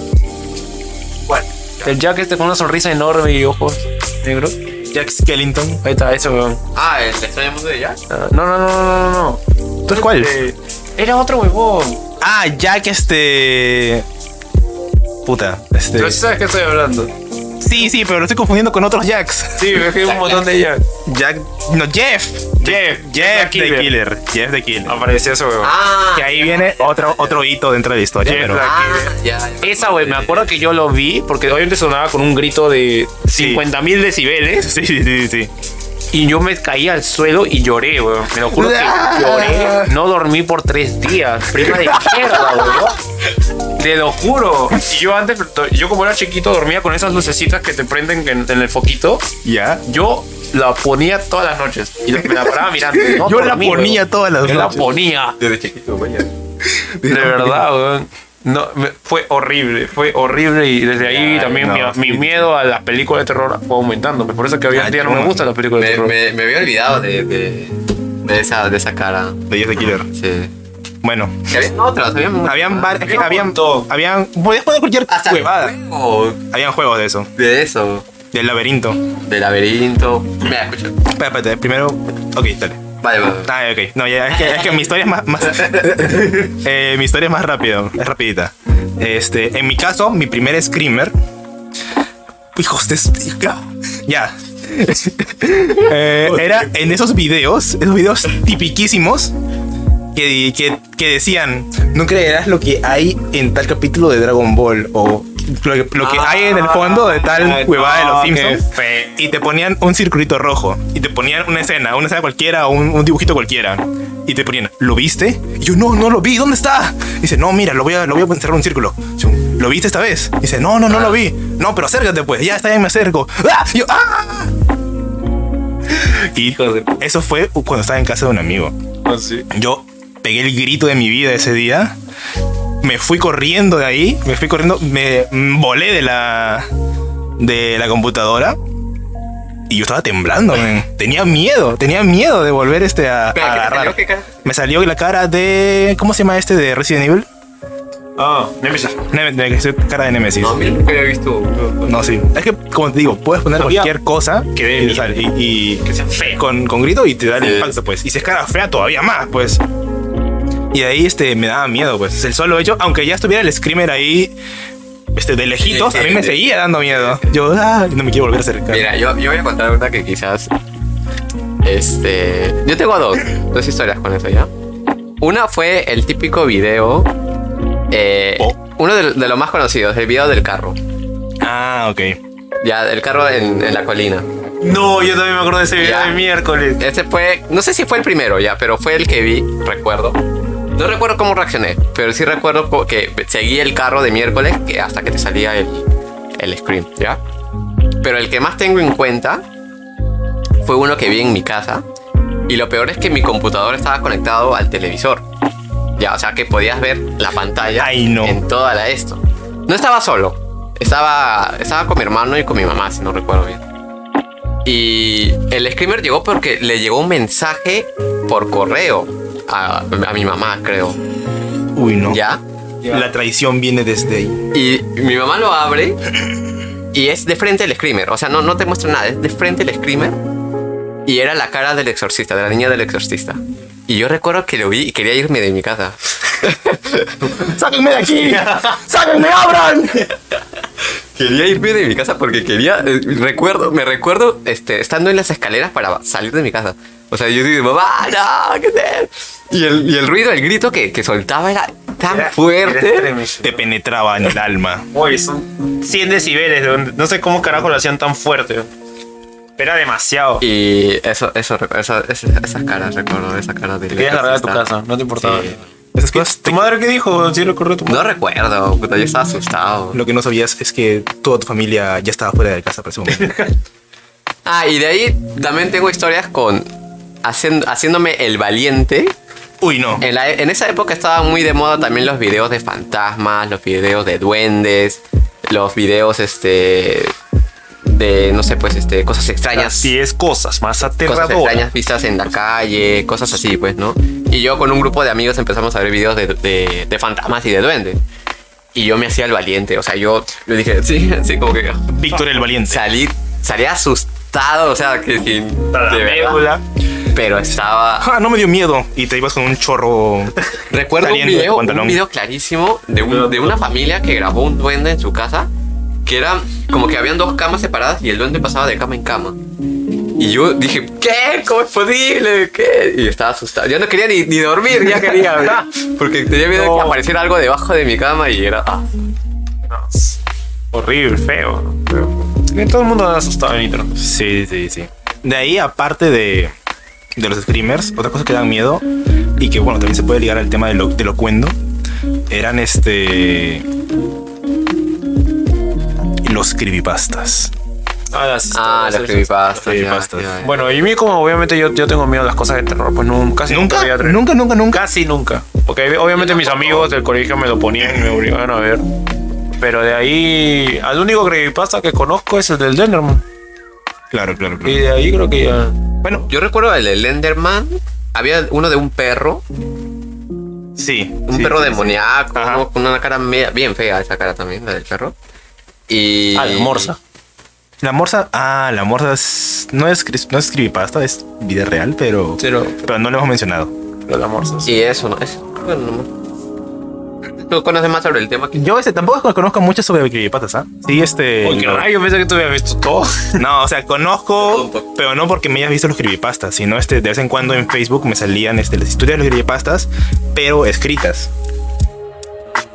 ¿Cuál? El Jack este con una sonrisa enorme y ojos negros. Jack Skellington. Ahí está, ese weón. Ah, el extraño mundo de Jack. Ah, No, no, no, no, no, no. ¿Tú cuál? Eh, Era otro huevón. Ah, Jack este... Puta, este... Pero sí sabes qué estoy hablando. Sí, sí, pero lo estoy confundiendo con otros Jacks. Sí, es que hay un montón de Jack. Jack... No, Jeff. Jeff, Jeff the the Killer. Killer. Jeff the Killer. Apareció ese huevón. Ah, Que ahí viene otro, otro hito dentro de la historia. Jeff Pero... Black. ah, ya, ya. Esa, güey, me acuerdo que yo lo vi porque obviamente sonaba con un grito de cincuenta mil decibeles Sí, sí, sí, sí. y yo me caí al suelo y lloré, güey. Me lo juro que lloré. No dormí por tres días. Prima de mierda, güey. Te lo juro. Y yo antes, yo como era chiquito, dormía con esas lucecitas que te prenden en, en el foquito. Ya. Yo la ponía todas las noches y me la paraba mirando. No Yo la dormí, ponía güey. todas las Yo la noches. ponía. Desde chiquito, vaya. De verdad, weón. No, me- fue horrible, fue horrible y desde ahí Ay, también no, mi, mi sí. miedo a las películas de terror fue aumentando. Por eso que hoy en Ay, día no me no. gustan las películas de Me, terror. me, me había olvidado de, de, de esa, de esa cara. De Jeff the Killer. Sí. Bueno. Que había otras, había muchas. Habían varias... Es que Había habían... un montón. Habían... Podías poner cualquier Hasta huevada. juegos Habían juegos de eso. de eso. Del laberinto. De laberinto. Mira, escucha. Espera, espérate. Primero... Ok, dale. Vale, vale. Ah, ok. No, ya, es que, es que mi historia es más... más eh, mi historia es más rápido. Es rapidita. Este, en mi caso, mi primer screamer... Hijos de... Ya. Eh, era en esos videos, esos videos tipiquísimos que, que, que decían, no creerás lo que hay en tal capítulo de Dragon Ball, o lo que, lo que Ah, hay en el fondo de tal no, huevada de los qué Simpsons. feo. Y te ponían un circulito rojo. Y te ponían una escena, una escena cualquiera, o un, un dibujito cualquiera. Y te ponían, ¿lo viste? Y yo, no, no lo vi, ¿dónde está? Y dice, no, mira, lo voy a, lo voy a encerrar en un círculo. Y yo, ¿lo viste esta vez? Y dice, no, no, no lo vi. No, pero acércate pues, ya está, ya me acerco. ¡Ah! Y yo, ¡ah! Y eso fue cuando estaba en casa de un amigo. Ah, sí. Yo pegué el grito de mi vida ese día. Me fui corriendo de ahí. Me fui corriendo. Me volé de la. De la computadora. Y yo estaba temblando, man. Tenía miedo. Tenía miedo de volver este a, a Espera, ¿qué te agarrar. salió? ¿Qué cara? Me salió la cara de. ¿Cómo se llama este de Resident Evil? Ah, Nemesis. Ne- de- cara de Nemesis. No, mira, nunca había visto. No, sí. Es que, como te digo, puedes poner Sabía cualquier cosa que dé y, te miedo. sale, y, y Que sea feo. con, con grito y te da el Sí. impacto, pues. Y si es cara fea, todavía más, pues. Y de ahí este, me daba miedo, pues. El solo hecho, aunque ya estuviera el screamer ahí, este, de lejitos, a mí me seguía dando miedo. Yo, ah, no me quiero volver a acercar. Mira, yo, yo voy a contar una que quizás. Este. Yo tengo dos, dos historias con eso ya. Una fue el típico video. Eh, Oh. Uno de, de los más conocidos, el video del carro. Ah, ok. Ya, el carro en, en la colina. No, yo también me acuerdo de ese video Ya. de miércoles. Este fue, no sé si fue el primero ya, pero fue el que vi, recuerdo. No recuerdo cómo reaccioné, pero sí recuerdo co- que seguí el carro de miércoles que hasta que te salía el, el scream, ¿ya? Pero el que más tengo en cuenta fue uno que vi en mi casa. Y lo peor es que mi computador estaba conectado al televisor. Ya, o sea que podías ver la pantalla Ay, no. en toda la esto. No estaba solo, estaba, estaba con mi hermano y con mi mamá, si no recuerdo bien. Y el screamer llegó porque le llegó un mensaje por correo a, a mi mamá, creo. Uy, no. ¿Ya? La traición viene desde ahí. Y mi mamá lo abre y es de frente el screamer. O sea, no, no te muestra nada, es de frente el screamer. Y era la cara del exorcista, de la niña del exorcista. Y yo recuerdo que lo vi y quería irme de mi casa. ¡Sáquenme de aquí! ¡Sáquenme, abran! Quería irme de mi casa porque quería, eh, recuerdo, me recuerdo este, estando en las escaleras para salir de mi casa. O sea, yo digo, mamá, no, ¿qué es? Y el, y el ruido, el grito que, que soltaba era tan Era- fuerte. era estremecedor. Te penetraba en el alma. Oye, son cien decibeles. de- No sé cómo carajo lo hacían tan fuerte. Pero era demasiado. Y eso, eso, recu- esa- esa- esas caras, recuerdo, esas caras de. Te querías largar a tu casa, no te importaba. Sí. Esas cosas ¿Tu madre qué dijo? ¿Sí recuerdo tu madre? No recuerdo, puta, yo estaba asustado. Lo que no sabías es que toda tu familia ya estaba fuera de casa para ese momento. Ah, y de ahí también tengo historias con hacien- haciéndome el valiente. Uy, no. En, la- en esa época estaban muy de moda también los videos de fantasmas, los videos de duendes, los videos este de no sé, pues este cosas extrañas. Así es, cosas más Cosas aterradoras. extrañas vistas en la calle, cosas así, pues, ¿no? Y yo con un grupo de amigos empezamos a ver videos de, de, de fantasmas y de duendes. Y yo me hacía el valiente, o sea, yo, yo dije, sí, así como que Víctor el Valiente. salí, salí asustado, o sea, que, que Para la de verdad. médula. Pero estaba... Ah, no me dio miedo. Y te ibas con un chorro. Recuerdo un saliendo de tu video, pantalón. un video clarísimo de, un- de una familia que grabó un duende en su casa, que era como que habían dos camas separadas y el duende pasaba de cama en cama. Y yo dije, ¿qué? ¿Cómo es posible? ¿Qué? Y estaba asustado. Yo no quería ni, ni dormir, ya quería, ¿verdad? Porque tenía miedo de que No. apareciera algo debajo de mi cama y era... ah. No, es horrible, feo. ¿no? Feo. Que todo el mundo ha asustado en internet. Sí, sí, sí. De ahí, aparte de, de los screamers, otra cosa que dan miedo y que, bueno, también se puede ligar al tema de lo, de locuendo, eran este. Los creepypastas. Ah, las Ah, las historias, creepypastas. ya, creepypastas. ya, ya. Bueno, y a mí como obviamente yo, yo tengo miedo a las cosas de terror, pues no, casi nunca, ¿Nunca? veía terror. Nunca, nunca, nunca. Casi nunca. Porque obviamente mis amigos del colegio me lo ponían y me obligaban a ver. Pero de ahí, al único creepypasta que conozco es el del Denderman. Claro, claro, Y claro. de ahí creo que ya... Bueno, Yo recuerdo el de Enderman. Había uno de un perro, sí. un sí, perro sí, sí. demoníaco, Ajá. ¿no? Con una cara media- bien fea, esa cara también, la del perro. Y... Ah, la morsa. La morsa. Ah, la morsa es, no, es, cre- no es creepypasta, es vida real, pero. Pero, Pero no lo hemos mencionado. pero la morsa. Sí. Y eso, ¿no? Es, bueno, no. ¿Tú conoces más sobre el tema que Yo este, tampoco conozco mucho sobre creepypastas, ¿ah? Sí, este. Uy, qué lo- rayo, pensé que tú habías visto todo. No, o sea, Un conozco, poco. pero no porque me hayas visto los creepypastas, sino este, de vez en cuando en Facebook me salían este, las historias de los creepypastas, pero escritas.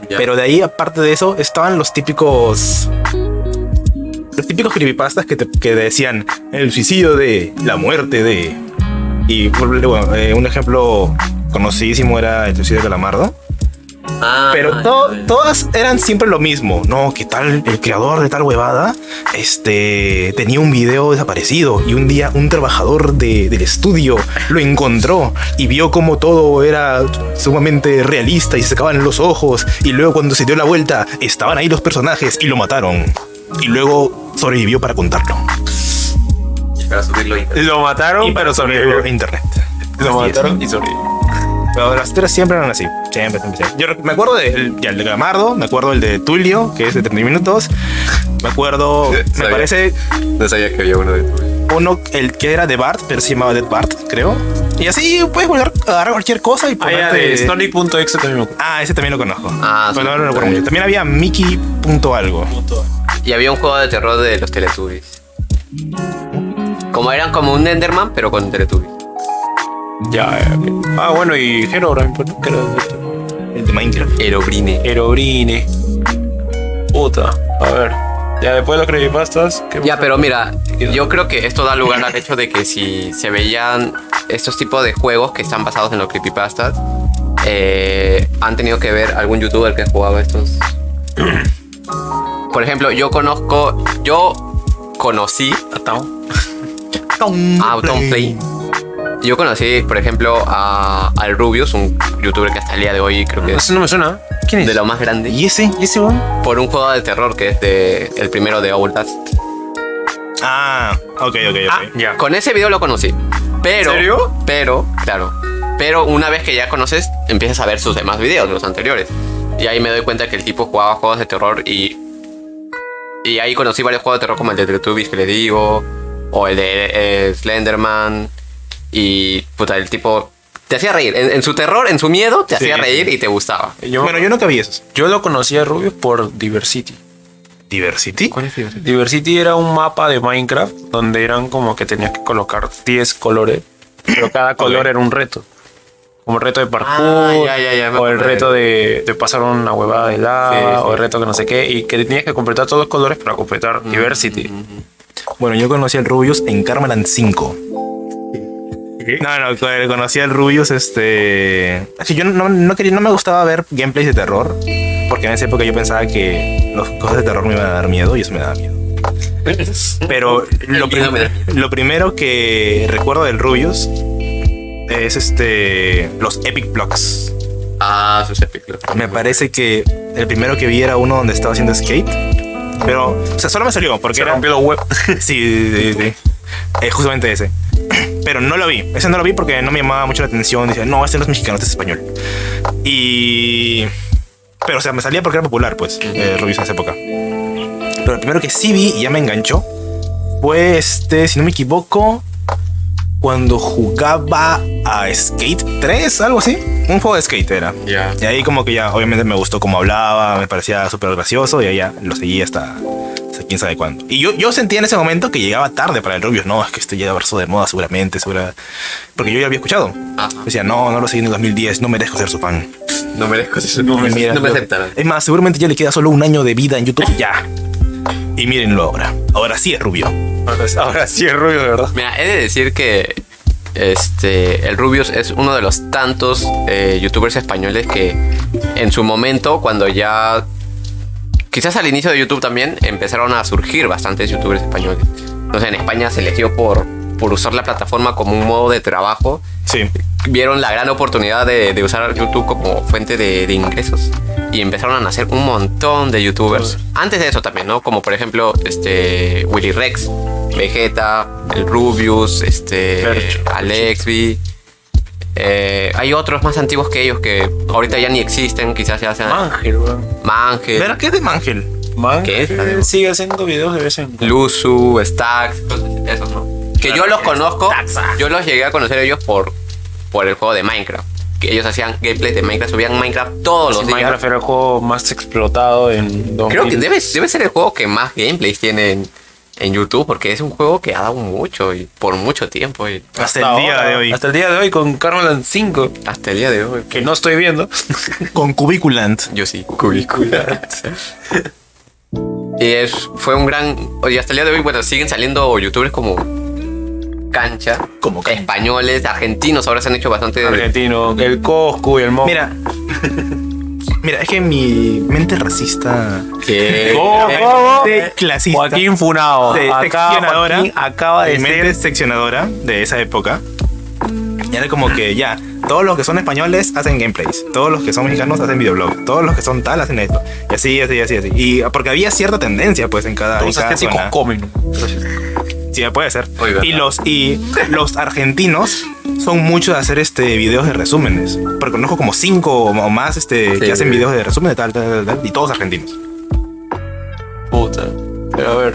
Ya. Pero de ahí, aparte de eso, estaban los típicos... Los típicos creepypastas que, te, que decían el suicidio de, la muerte de... Y bueno, eh, un ejemplo conocidísimo era el suicidio de Calamardo. Ah, Pero to- todas eran siempre lo mismo. No, que tal, el creador de tal huevada este, tenía un video desaparecido y un día un trabajador de- del estudio lo encontró y vio como todo era sumamente realista y se sacaban los ojos. Y luego, cuando se dio la vuelta, estaban ahí los personajes y lo mataron. Y luego sobrevivió para contarlo. Para subirlo a internet. Lo mataron, Y pero subirlo sobrevivió. a internet. Lo Así es. mataron y sobrevivió. Pero las historias siempre eran así. Siempre, siempre, siempre. Yo rec- me acuerdo del ya, el de Calamardo, me acuerdo el de Tulio, que es de treinta minutos. Me acuerdo, me Sabía. parece No sabía que había uno de estos. uno, el que era de Bart, pero se llamaba Dead Bart, creo. Y así puedes volver a agarrar cualquier cosa y Ah, ya, ponerte... de Sonic.exe también me acuerdo. Ah, ese también lo conozco. Ah, pero sí. no lo recuerdo mucho. También había Mickey punto algo. Y había un juego de terror de los Teletubbies. Como eran como un Enderman, pero con Teletubbies. Ya, ya, ok. Ah, bueno, y Herobrine, pues, ¿no? Que era de esto. El de Minecraft. Herobrine. Herobrine. Puta. A ver. Ya después de los creepypastas. ¿qué Ya, más? pero mira, yo creo que esto da lugar al hecho de que si se veían estos tipos de juegos que están basados en los creepypastas, eh, han tenido que ver algún youtuber que jugaba estos. Por ejemplo, yo conozco, yo conocí Atao. a Autumnplay. Yo conocí, por ejemplo, a, al Rubius, un youtuber que hasta el día de hoy creo que es Eso no me suena. ¿Quién es? de lo más grande, ¿Y ese? ¿Y ese weón? por un juego de terror que es de, el primero de Outlast. Ah, ok, ok, ok. Ah, ya. Con ese video lo conocí. Pero, ¿En serio? pero, claro. Pero una vez que ya conoces, empiezas a ver sus demás videos, los anteriores. Y ahí me doy cuenta que el tipo jugaba juegos de terror y. Y ahí conocí varios juegos de terror como el de Teletubbies que le digo. O el de eh, Slenderman. Y puta, el tipo. Te hacía reír. En, en su terror, en su miedo, te Sí, hacía reír sí. y te gustaba. Yo, Bueno, yo nunca vi esos. yo lo conocí a Rubius por Diversity. ¿Diversity? ¿Cuál es Diversity? Diversity era un mapa de Minecraft donde eran como que tenías que colocar diez colores, pero cada color era un reto. Como el reto de parkour, Ah, ya, ya, ya, me o el acordé. reto de, de pasar una huevada de lava, Sí, sí. o el reto que no sé qué, y que tenías que completar todos los colores para completar Diversity. Bueno, yo conocí al Rubius en Carmeland cinco. No, no, co- conocí al Rubius, este... Es que yo no, no, quería, no me gustaba ver gameplays de terror, porque en esa época yo pensaba que las cosas de terror me iban a dar miedo y eso me daba miedo. Pero lo, El miedo me da prim- lo primero que recuerdo del Rubius es este los Epic Blocks. Ah, sus épicos. Me parece que el primero que vi era uno donde estaba haciendo skate. Pero, o sea, solo me salió porque Se era... rompió la web. Sí, sí, sí. Eh, justamente ese. Pero no lo vi. Ese no lo vi porque no me llamaba mucho la atención. Decía, no, este no es mexicano, este es español. Y... Pero, o sea, me salía porque era popular, pues, eh, Rubius en esa época. Pero el primero que sí vi y ya me enganchó fue este, si no me equivoco, cuando jugaba a Skate tres, algo así. Un juego de skate era. Ya. Y ahí como que ya, obviamente me gustó cómo hablaba, me parecía súper gracioso y ahí ya lo seguí hasta, hasta quién sabe cuándo. Y yo, yo sentía en ese momento que llegaba tarde para el Rubius. No, es que esto ya verso de moda seguramente, segura... porque yo ya había escuchado. Ajá. Decía, no, no lo seguí en el dos mil diez, no merezco ser su fan. No merezco eso. No, Y mira, no me yo- aceptaron. Es más, seguramente ya le queda solo un año de vida en YouTube. Ya. Y mírenlo ahora. Ahora sí es rubio. Ahora, ahora sí es Rubius, de verdad. Mira, he de decir que este, el Rubius es uno de los tantos eh, youtubers españoles que en su momento, cuando ya, quizás al inicio de YouTube también, empezaron a surgir bastantes youtubers españoles. Entonces en España se les dio por, por usar la plataforma como un modo de trabajo. Sí. Vieron la gran oportunidad de, de usar YouTube como fuente de, de ingresos y empezaron a nacer un montón de youtubers. Antes de eso también, ¿no? Como por ejemplo este Willy Rex, Vegeta, el Rubius, este Percho. Alexby. Eh, hay otros más antiguos que ellos que ahorita ya ni existen, quizás ya sean Mangel, weón. Mangel, ¿Verdad que es de Mangel? Mangel ¿Qué es, además? sigue haciendo videos de vez en cuando. Luzu, Stax, cosas- esos, ¿no? Que yo los conozco, Taxa. yo los llegué a conocer ellos por, por el juego de Minecraft. Que ellos hacían gameplays de Minecraft, subían Minecraft todos los Sí, días. Minecraft era el juego más explotado en dos mil. Creo que debe, debe ser el juego que más gameplays tiene en, en YouTube, porque es un juego que ha dado mucho y por mucho tiempo. Y Hasta el día ahora, de hoy. Hasta el día de hoy con Carmelan cinco, hasta el día de hoy. que no estoy viendo. Con Cubiculant. Yo sí. Cubícula. Y es, fue un gran... Y hasta el día de hoy, bueno, siguen saliendo youtubers como Cancha. Como Cancha. Españoles, argentinos, ahora se han hecho bastante... Argentino, el Coscu y el Mo. Mira. Mira, es que mi mente racista. ¿Qué? ¿Cómo? ¿Cómo? Mente clasista. Joaquín Funao. de Acá seccionadora. Joaquín acaba de Mi mente ser... seccionadora de esa época. Y era como que ya, todos los que son españoles hacen gameplays, todos los que son mexicanos hacen videoblogs, todos los que son tal hacen esto. Y así, así, así, así. Y porque había cierta tendencia, pues, en cada, en Los cada asiáticos zona. comen. Sí, puede ser. Oiga. Y los, y los argentinos son muchos de hacer este videos de resúmenes. Porque conozco como cinco o más este, Sí. que hacen videos de resumen de tal, tal, tal, tal, y todos argentinos. Puta. Pero a ver.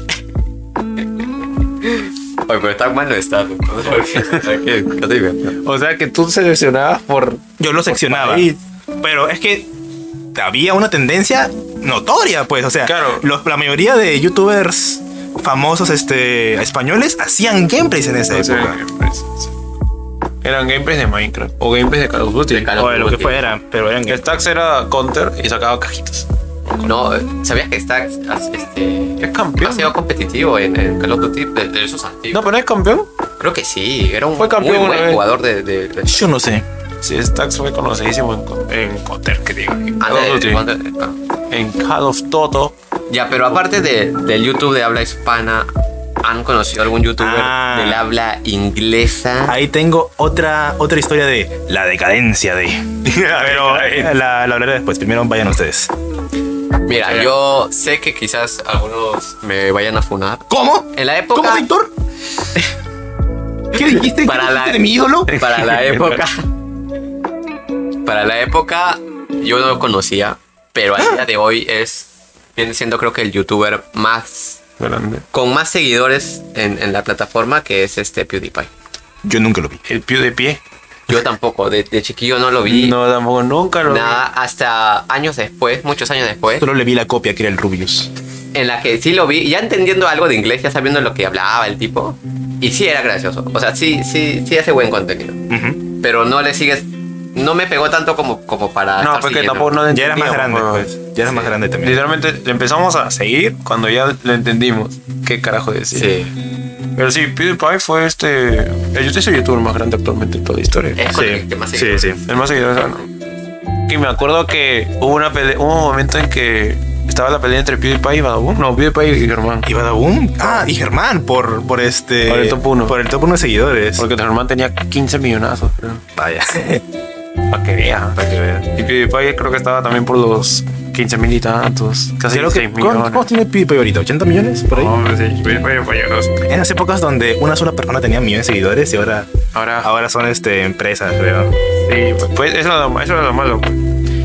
Oye, pero tan mal no está. ¿No? ¿Qué? No te digo. O sea que tú seleccionabas por... Yo lo seccionaba. país. Pero es que había una tendencia notoria, pues. O sea, Claro. los, la mayoría de youtubers famosos este, españoles hacían gameplays en esa O sea, época. gameplays, sí. Eran gameplays de Minecraft o gameplays de Call of Duty. De Call of O de lo que Duty. fuera, pero eran El Stax era Counter y sacaba cajitas. No, ¿sabías que está este, Es campeón. ha sido competitivo en, en Call of Duty de, de esos antiguos? No, pero no es campeón. Creo que sí, era un Fue campeón muy una buen vez. jugador de... de, de- Yo no sé. Sí, Stax fue conocidísimo en, co- en Counter, que digo. En Ah, Call of de- Duty. de- ah. En Call of Toto. Ya, pero aparte de, del YouTube de habla hispana, ¿han conocido algún youtuber Ah. del habla inglesa? Ahí tengo otra, otra historia de la decadencia de. Pero la, la hablaré después. Primero vayan ustedes. Mira, yo sé que quizás algunos me vayan a funar. ¿Cómo? En la época... ¿Cómo, Víctor? ¿Qué dijiste? Para ¿Qué la- dijiste de mi ídolo? Para la época... Para la época yo no lo conocía, pero al día de hoy es... Viene siendo creo que el youtuber más... Grande. con más seguidores en, en la plataforma, que es este PewDiePie. Yo nunca lo vi. El pie de pie. Yo tampoco, de, de chiquillo no lo vi. No, tampoco, nunca lo Nada, hasta años después, muchos años después, Solo le vi la copia que era el Rubius. en la que sí lo vi, ya entendiendo algo de inglés, ya sabiendo lo que hablaba el tipo, y sí era gracioso. O sea, sí, sí, sí hace buen contenido. Ujú. Pero no le sigues, no me pegó tanto como, como para. vi. No, estar porque siguiendo. tampoco no lo Ya era más grande, entendíamos, pues. Ya era más grande también. Literalmente le empezamos a seguir cuando ya lo entendimos. ¿Qué carajo decía? Sí, Pero sí, PewDiePie fue este. El es el youtuber más grande actualmente en toda la historia. es con el que más Sí, seguidores. sí. El más seguidor, ¿no? Y me acuerdo que hubo una pelea, hubo un momento en que estaba la pelea entre PewDiePie y Badabun. No, PewDiePie y Germán. ¿Y Badabun? Ah, y Germán, por, por este. Por el top uno. Por el top uno de seguidores. Porque Germán tenía quince millonazos, creo. Vaya. Para que vean. Para que vean. Y PewDiePie creo que estaba también por los quince mil y tantos. Casi Creo que, seis ¿cuánto, millones. ¿Cuánto tiene PewDiePie ahorita? ¿ochenta millones? Por ahí. No, sí, PewDiePie fue generoso. En las épocas donde una sola persona tenía millones de seguidores y ahora, Ahora, ahora son este, empresas, creo. sí, pues, pues eso, era lo, eso era lo malo. Pues.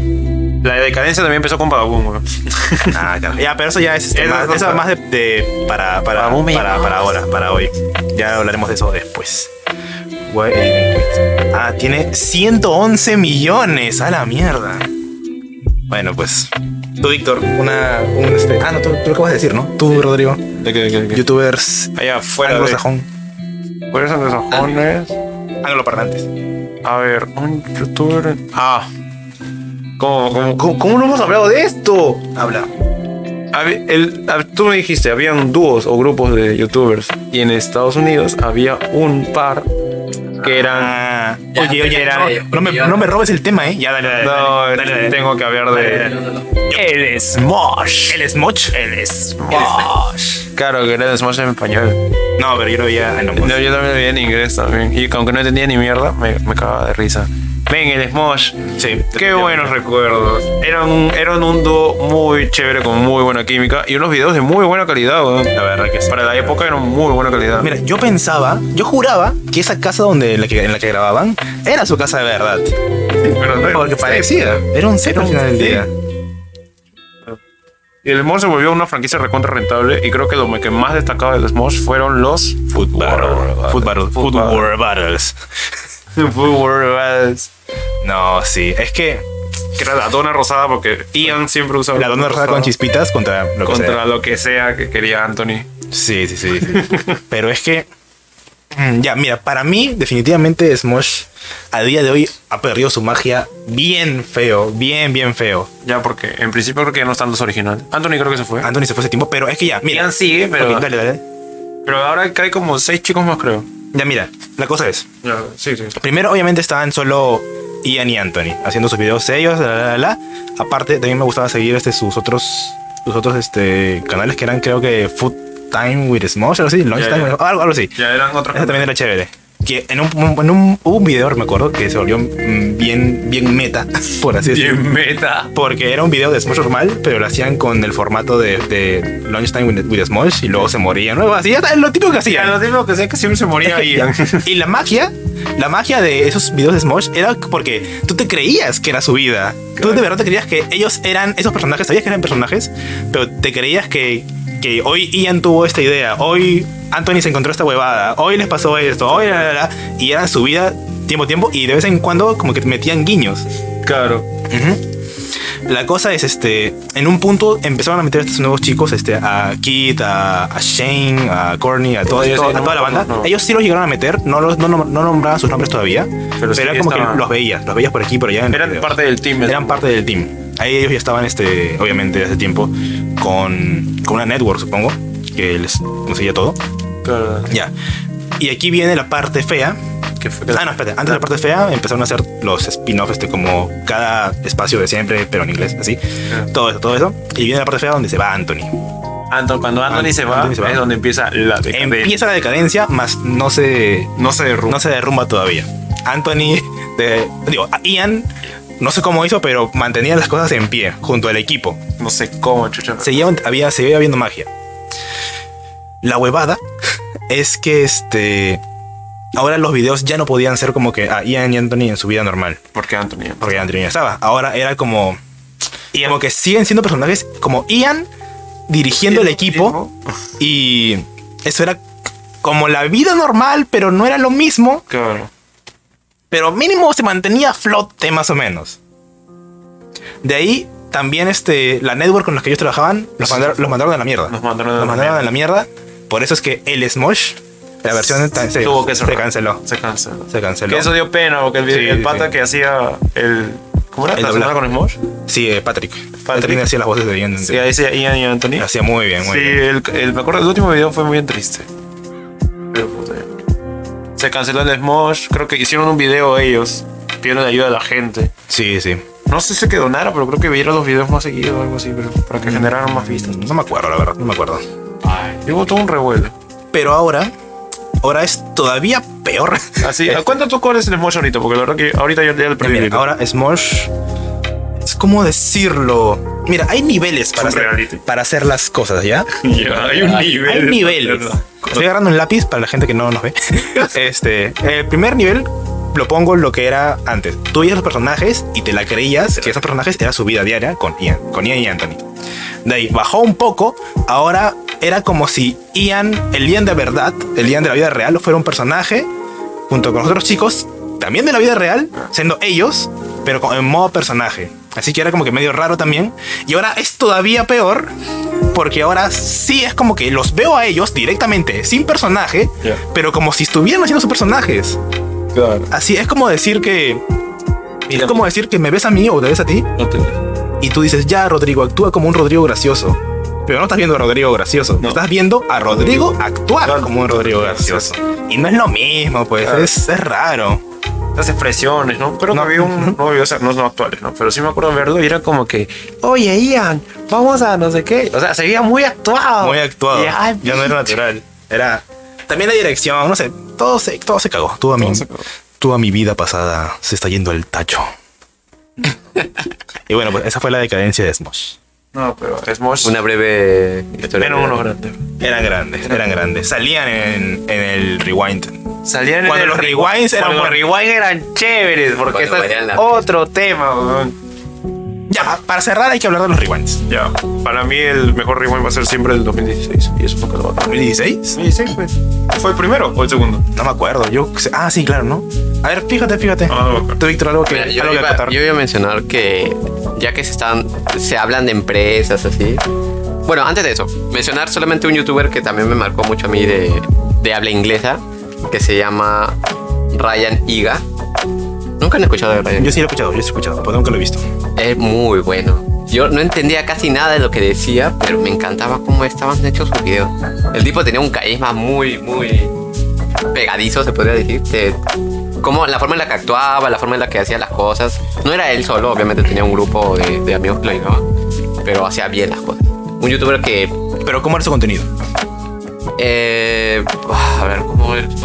La decadencia también empezó con Badabun, güey. Ah, claro. Ya, pero eso ya es, este, Eso más, es eso otra. más de, de- para, para, Para un para, millón. para ahora, para hoy. Ya hablaremos de eso después. Güey, Ah, tiene ciento once millones. A la mierda. Bueno, pues. Tú, Víctor, una. Un, este, ah, no, tú, tú lo acabas de decir, ¿no? Tú, Rodrigo. ¿De qué, de qué, de qué? Youtubers Allá afuera de... anglosajón. Fuera de anglosajones. Angloparlantes. A ver, un youtuber... Ah. ¿Cómo, cómo, cómo, cómo no hemos hablado de esto? Habla. Había- el- a- tú me dijiste, habían dúos o grupos de youtubers. Y en Estados Unidos había un par que eran... Ah, Ya, oye, oye, ya, no, ya, no me, ya. no me robes el tema, ¿eh? Ya, dale, dale. No, dale, dale, dale. tengo que hablar Dale, de... dale, El Smosh. ¿El Smosh? El Smosh. Claro, que era el Smosh en español. No, pero yo lo veía en No, yo también lo vi en inglés también. Y aunque no entendía ni mierda, me, me cagaba de risa. Ven, el Smosh. Sí. Qué buenos recuerdos. Eran un, eran un dúo muy chévere, con muy buena química. Y unos videos de muy buena calidad, weón. La verdad que sí. Para la época eran muy buena calidad. Mira, yo pensaba, yo juraba que esa casa donde en la que, en la que grababan era su casa de verdad. pero no, Porque parecía. Era un set al final del día. Y el Smosh se volvió una franquicia recontra rentable. Y creo que lo que más destacaba del Smosh fueron los Football. Football. Football Battles. Football Battles. No, sí. Es que que era la dona rosada, porque Ian siempre usaba La dona rosada con chispitas contra lo que contra sea. lo que sea que quería Anthony. Sí, sí, sí. sí. Pero es que... mm, Ya, mira, para mí, definitivamente Smosh a día de hoy ha perdido su magia bien feo, bien, bien feo. Ya, porque en principio creo que ya no están los originales. Anthony creo que se fue. Anthony se fue hace tiempo, pero es que ya, mira. Ian sigue, pero, Ok, dale, dale. pero ahora hay como seis chicos más, creo. Ya, mira, la cosa es... Ya, sí, sí. Primero, obviamente, estaban solo Ian y Anthony haciendo sus videos ellos, la, la, la, la. Aparte, también me gustaba seguir este, sus otros, sus otros este, canales que eran, creo que Food Time with Smosh, algo así, Lunch Ya, Time, ya. with- algo, algo así. Ya eran otros. Ese también era chévere. Que en un, en un, hubo un video, me acuerdo, que se volvió mm, bien, bien meta, por así decirlo. Bien meta. Porque era un video de Smosh normal, pero lo hacían con el formato de, de Lunchtime with, with Smosh y luego se morían. ¿No? Así, ya está, lo típico que Ya, hacían. lo digo que sé que siempre se moría ahí. Y la magia, la magia de esos videos de Smosh era porque tú te creías que era su vida. Tú de verdad te creías que ellos eran esos personajes, sabías que eran personajes, pero te creías que, que hoy Ian tuvo esta idea, hoy Anthony se encontró esta huevada, hoy les pasó esto, hoy la, la, la, y era su vida tiempo tiempo y de vez en cuando como que te metían guiños. Claro. Ujú. La cosa es, este, en un punto empezaron a meter a estos nuevos chicos, este, a Kit, a, a Shane, a Courtney, a, todo- Sí, sí, todo- a no, toda la no, banda. no. Ellos sí los llegaron a meter, no, los, no, no, no nombraban sus nombres todavía, pero, sí era como estaban. que los veías, los veías por aquí y por allá. en los Eran videos. parte del team. Eran parte del team. Ahí ellos ya estaban, este, obviamente, hace tiempo, con, con una network, supongo, que les conseguía todo. Claro. Ya. Y aquí viene la parte fea. Que fue Ah, no, espérate. Antes de la parte fea empezaron a hacer los spin-offs, este, como cada espacio de siempre, pero en inglés, así. Todo eso, todo eso. Y viene la parte fea donde se va Anthony. Anton, cuando Anthony se va, Anthony se va. es donde empieza la decadencia. Empieza la decadencia, más no se, No se derrumba. no se derrumba todavía. Anthony, de, digo, Ian, no sé cómo hizo, pero mantenía las cosas en pie, junto al equipo. No sé cómo, chucha. Seguía, había, seguía habiendo magia. La huevada es que este... Ahora los videos ya no podían ser como que a Ian y Anthony en su vida normal. Porque Anthony. Porque Anthony ya estaba. Ahora era como... Ian. Como que siguen siendo personajes como Ian dirigiendo el equipo. Y eso era como la vida normal, pero no era lo mismo. Claro. Pero mínimo se mantenía a flote más o menos. De ahí también este, la network con la que ellos trabajaban los, mandar- los mandaron a la mierda. Nos mandaron a la Los mandaron a la mierda. Por eso es que el Smosh, la versión ta- se, Tuvo que se cerrar. canceló. Se canceló. Se canceló. Que eso dio pena, porque el, video, Sí, el sí, pata sí. que hacía el. ¿Cómo era? El ¿La doblaje. semana con Smosh? Sí, eh, Patrick. Patrick hacía las voces de Ian. Sí, ahí decía Ian y Anthony. Hacía muy bien, muy Sí, bien. el, el- me acuerdo, el último video fue muy bien triste. Pero, puta, se canceló el Smosh. Creo que hicieron un video ellos. Pidieron ayuda a la gente. Sí, sí. No sé si que donara, pero creo que vieron los videos más seguidos o algo así, pero para que generaran más vistas. No me acuerdo, la verdad. No me acuerdo. Y hubo todo un revuelo. Pero ahora, ahora es todavía peor. Así, Este, cuenta tú cuál es el Smosh ahorita, porque la verdad que ahorita ya, ya el ya, perdí. mira, ahora Smosh es como decirlo. Mira, hay niveles para un hacer, reality. para hacer las cosas, ¿ya? Ya, hay un nivel. Hay niveles. Estoy agarrando un lápiz para la gente que no nos ve. Este, el primer nivel lo pongo lo que era antes. Tú veías los personajes y te la creías que esos personajes era su vida diaria con Ian, con Ian y Anthony. De ahí bajó un poco. Ahora era como si Ian, el Ian de verdad, el Ian de la vida real, fuera un personaje junto con los otros chicos, también de la vida real, siendo ellos, pero con- en modo personaje. Así que era como que medio raro también. Y ahora es todavía peor, porque ahora sí es como que los veo a ellos directamente, sin personaje, Ya. pero como si estuvieran haciendo sus personajes. Claro. Así es como decir que... Mira, es como decir que me ves a mí o te ves a ti no te- y tú dices, ya, Rodrigo, actúa como un Rodrigo gracioso. Pero no estás viendo a Rodrigo gracioso. No. Estás viendo a Rodrigo actuar Claro. como un Rodrigo gracioso. Y no es lo mismo, pues. Claro. Es, es raro. Las expresiones, ¿no? Pero No. que había un. No, o sea, no son actuales, ¿no? Pero sí me acuerdo de verlo y era como que. Oye, Ian, vamos a no sé qué. O sea, se veía muy actuado. Muy actuado. Y, ay, Ya no era natural. Era... También la dirección, no sé. Todo se, todo se cagó. Toda mi, Todo se cagó. toda mi vida pasada se está yendo al tacho. Y bueno, pues esa fue la decadencia de Smosh. No, pero Smosh. Una breve historia. Eran unos grandes. Eran grandes, eran grandes. Salían en, en el rewind. Salían Cuando en el los rewinds eran cuando los buenos. rewinds eran chéveres, porque Cuando este valían es la otro tema, weón. Ya, para cerrar hay que hablar de los rewinds. Ya, para mí el mejor rewind va a ser siempre el dos mil dieciséis. Y eso nunca lo va a ¿dos mil dieciséis? dos mil dieciséis, pues. ¿Fue el primero o el segundo? No me acuerdo. Yo, ah, sí, claro, ¿no? A ver, fíjate, fíjate. Ah, no me acuerdo. Tú, Víctor, algo que, Mira, yo, algo que iba, acotar. yo iba a mencionar que ya que se están se hablan de empresas así. Bueno, antes de eso, mencionar solamente un youtuber que también me marcó mucho a mí de, de habla inglesa, que se llama Ryan Higa. ¿Nunca han escuchado de Ryan? Yo sí lo he escuchado, yo sí lo he escuchado, pero nunca lo he visto. Es muy bueno. Yo no entendía casi nada de lo que decía, pero me encantaba cómo estaban hechos sus videos. El tipo tenía un carisma muy, muy pegadizo, se podría decir. De cómo, la forma en la que actuaba, la forma en la que hacía las cosas. No era él solo, obviamente tenía un grupo de, de amigos que lo ayudaban, pero hacía bien las cosas. Un youtuber que... Pero ¿cómo era su contenido? Eh, a ver, ¿cómo era?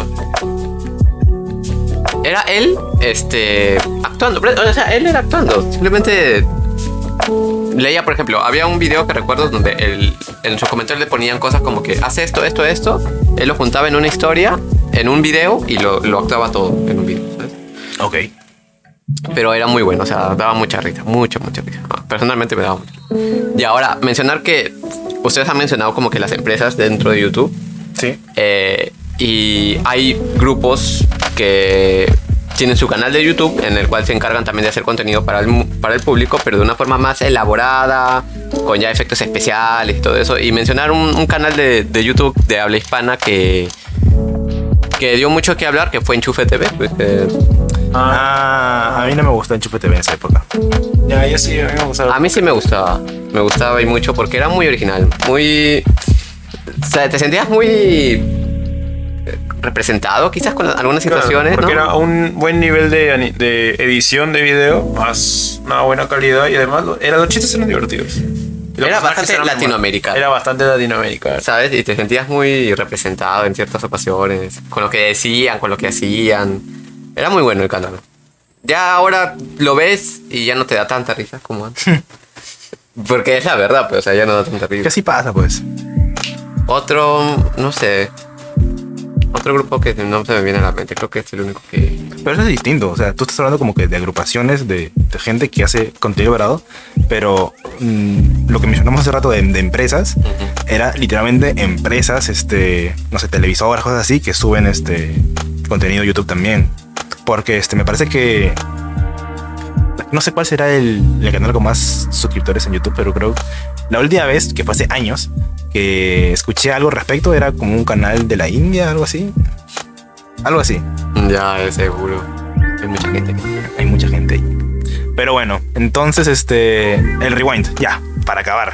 Era él, este, actuando. O sea, él era actuando. Simplemente leía, por ejemplo, había un video que recuerdo donde él, en sus comentarios le ponían cosas como que hace esto, esto, esto. Él lo juntaba en una historia, en un video y lo, lo actuaba todo en un video, ¿sabes? Ok. Pero era muy bueno, o sea, daba mucha risa, mucha, mucha risa. Personalmente me daba mucha. Y ahora, mencionar que ustedes han mencionado como que las empresas dentro de YouTube. Sí. Eh, y hay grupos que tienen su canal de YouTube en el cual se encargan también de hacer contenido para el, para el público, pero de una forma más elaborada, con ya efectos especiales y todo eso. Y mencionar un, un canal de, de YouTube de habla hispana que, que dio mucho que hablar, que fue Enchufe T V. Pues, eh, Ah, a mí no me gustó Enchufe T V en esa época. Ya, yo sí, a mí me gustaba. a mí sí me gustaba, me gustaba y mucho porque era muy original, muy... O sea, te sentías muy representado quizás con algunas situaciones, Claro, porque ¿no? era un buen nivel de, ani- de edición de video, más una buena calidad y además lo- era, los chistes eran divertidos. Y los Era personajes bastante eran latinoamericano. Era bastante latinoamericano. ¿Sabes? Y te sentías muy representado en ciertas ocasiones, con lo que decían, con lo que hacían. Era muy bueno el canal. Ya ahora lo ves y ya no te da tanta risa como antes. Porque es la verdad, pues, o sea, ya no da tanta Que risa. así pasa, pues. Otro, no sé. Otro grupo que no se me viene a la mente, creo que es el único que... Pero eso es distinto. O sea, tú estás hablando como que de agrupaciones de, de gente que hace contenido varado. Pero mm, lo que mencionamos hace rato de, de empresas era literalmente empresas, este, no sé, televisoras, cosas así, que suben este contenido a YouTube también. Porque este, me parece que no sé cuál será el, el canal con más suscriptores en YouTube, pero creo la última vez, que fue hace años, que escuché algo al respecto, era como un canal de la India, algo así. Algo así. Ya, de seguro. Hay mucha gente. Hay mucha gente ahí. Pero bueno, entonces este el rewind, ya, para acabar.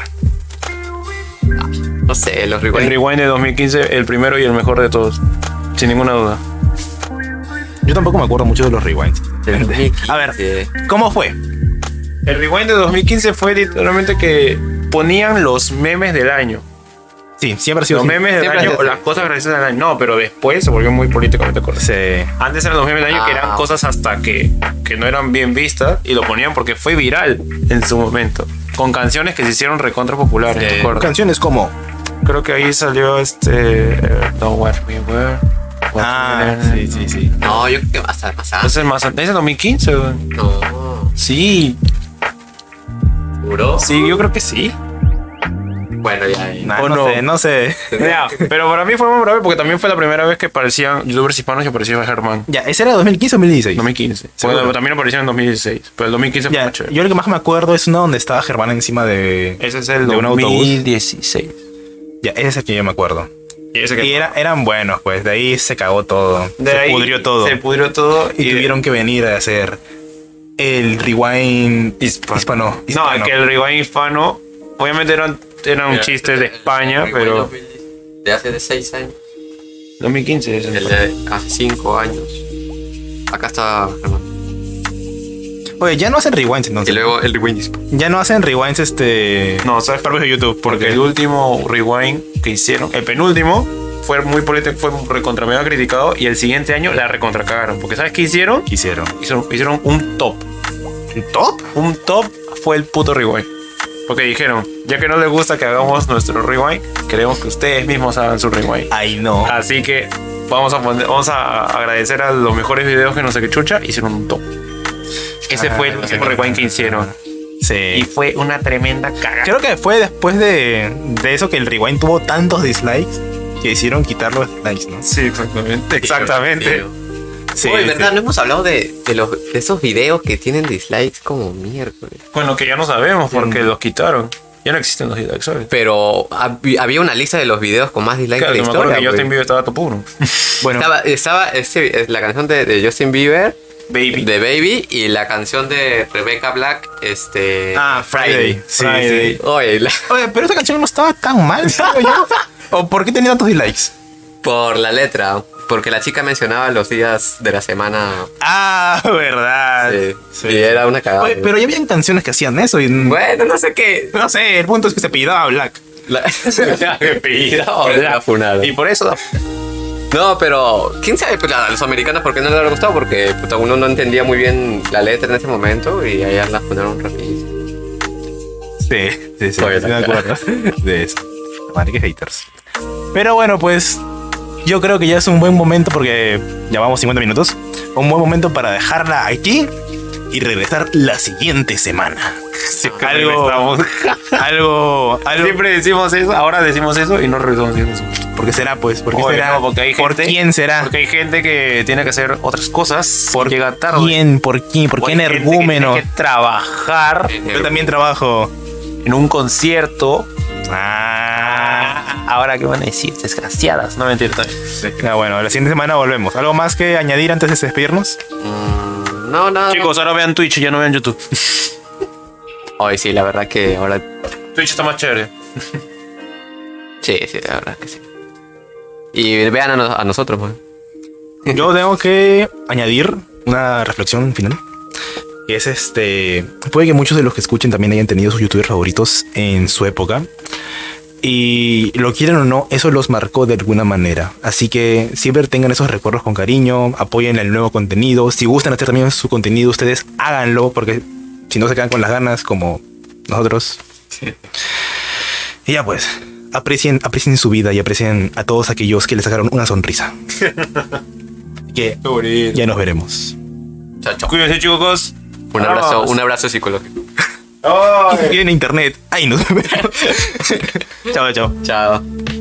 No sé, los El rewind. Rewind de dos mil quince, el primero y el mejor de todos. Sin ninguna duda. Yo tampoco me acuerdo mucho de los rewinds. A ver, ¿cómo fue? El Rewind de dos mil quince fue literalmente que ponían los memes del año. Sí, siempre ha sido Los así. memes del Siempre año es o así. las cosas graciosas del año. No, pero después se volvió muy políticamente correcto. Se- Antes eran los memes del año que eran Ah. cosas hasta que, que no eran bien vistas y lo ponían porque fue viral en su momento. Con canciones que se hicieron recontra populares. Sí. ¿te acuerdas? Canciones como Creo que ahí salió este. eh, No, What We Were. What Ah, We Were. sí, sí, sí. No, yo creo que va a estar más antes. Ese es más. Ese es dos mil quince, güey. No, Sí, ¿seguro? sí, yo creo que sí. Bueno, ya. ya. Nah, ¿O no, no? sé, no sé. Ya, pero para mí fue memorable porque también fue la primera vez que aparecían youtubers hispanos y aparecía Germán. Ya, ¿ese era dos mil quince o dos mil dieciséis? dos mil quince. ¿Seguro? Bueno, también apareció en dos mil dieciséis. Pero el dos mil quince fue Ya, más chévere. yo lo que más me acuerdo es uno donde estaba Germán encima de, Ese es el de un autobús. dos mil dieciséis. Ya, ese es el que yo me acuerdo. Y ese que Y era, eran buenos, pues. De ahí se cagó todo. de se ahí pudrió todo. Se pudrió todo. y tuvieron que venir a hacer el rewind Hispano. hispano. No, hispano. es que el rewind hispano, obviamente eran, eran Mira, chistes de el- España, el pero rewind dos mil diez, de hace de seis años. dos mil quince es El el de hace cinco años. Acá está Germán. Oye, ya no hacen rewinds Y entonces. luego el rewind hispano. Ya no hacen rewinds este. No, ¿sabes? propios de YouTube. Porque el último rewind que hicieron, el penúltimo, fue muy político, fue recontra mega criticado y el siguiente año la recontra cagaron. Porque ¿sabes qué hicieron? hicieron. Hicieron, hicieron un top. ¿Un top? Un top fue el puto rewind. Porque dijeron, ya que no les gusta que hagamos nuestro rewind, queremos que ustedes mismos hagan su rewind. Ay, no. Así que vamos a, poner, vamos a agradecer a los mejores videos que nos se que chucha, hicieron un top. Ese Ah, fue el último sí. rewind que hicieron. Sí. Y fue una tremenda cagada. Creo que fue después de, de eso que el Rewind tuvo tantos dislikes que hicieron quitar los dislikes, ¿no? Sí, exactamente. Exactamente. Sí, Oye, ¿verdad? sí. No hemos hablado de, de, los, de esos videos que tienen dislikes como miércoles. Bueno, que ya no sabemos porque los quitaron. Ya no existen los dislikes, ¿sabes? Pero hab- había una lista de los videos con más dislikes Claro, de que la me acuerdo historia. que pues. Justin Bieber estaba top uno. Bueno, Estaba, estaba ese- la canción de, de Justin Bieber, Baby. de Baby, y la canción de Rebecca Black, este... ah, Friday. Sí, Friday. sí. Oye, la- Oye, pero esta canción no estaba tan mal, creo yo. ¿O por qué tenía tantos dislikes? por la letra, porque la chica mencionaba los días de la semana. Ah, verdad. Sí, Sí. y era una cagada. Oye, pero ya habían canciones que hacían eso y... Bueno, no sé qué. No sé, el punto es que se pidaba Black. La... Por eso la funaron. Y por eso No, pero quién sabe, pues, a los americanos por qué no les habrá gustado, porque puta, uno no entendía muy bien la letra en ese momento y allá la funaron rapidísimo. Sí, sí, sí. Oye, sí me la- acuerdo de eso. Madre, qué haters. Pero bueno, pues yo creo que ya es un buen momento porque ya vamos cincuenta minutos. Un buen momento para dejarla aquí y regresar la siguiente semana. algo, algo, algo. Siempre decimos eso, ahora decimos eso y no regresamos diciendo eso. ¿Por qué será, pues? ¿Por qué Oye, será? no, porque hay ¿Por gente- quién será? Porque hay gente que tiene que hacer otras cosas. ¿Por llega tarde. quién? ¿Por quién? ¿Por O qué hay gente que energúmeno? tiene que trabajar Yo también trabajo. en un concierto. Ah, Ahora, ¿qué van a decir? Desgraciadas. No mentira. ah, bueno, la siguiente semana volvemos. ¿Algo más que añadir antes de despedirnos? Mm, no, nada. Chicos, ahora vean Twitch, ya no vean YouTube. Hoy sí, la verdad que ahora. Twitch está más chévere. Sí, sí, la verdad que sí. Y vean a, no- a nosotros, pues. Yo tengo que añadir una reflexión final. Que es este. Puede que muchos de los que escuchen también hayan tenido sus youtubers favoritos en su época. Y lo quieran o no, eso los marcó de alguna manera. Así que siempre tengan esos recuerdos con cariño, apoyen el nuevo contenido. Si gustan hacer también su contenido, ustedes háganlo, porque si no se quedan con las ganas como nosotros. Y ya pues, aprecien, aprecien su vida y aprecien a todos aquellos que les sacaron una sonrisa. Que ya nos veremos. Chao, chao. Cuídense, chicos. Un abrazo, Vamos. un abrazo psicológico. Y si tienen internet, ahí nos vemos. Chao, chao. Chao.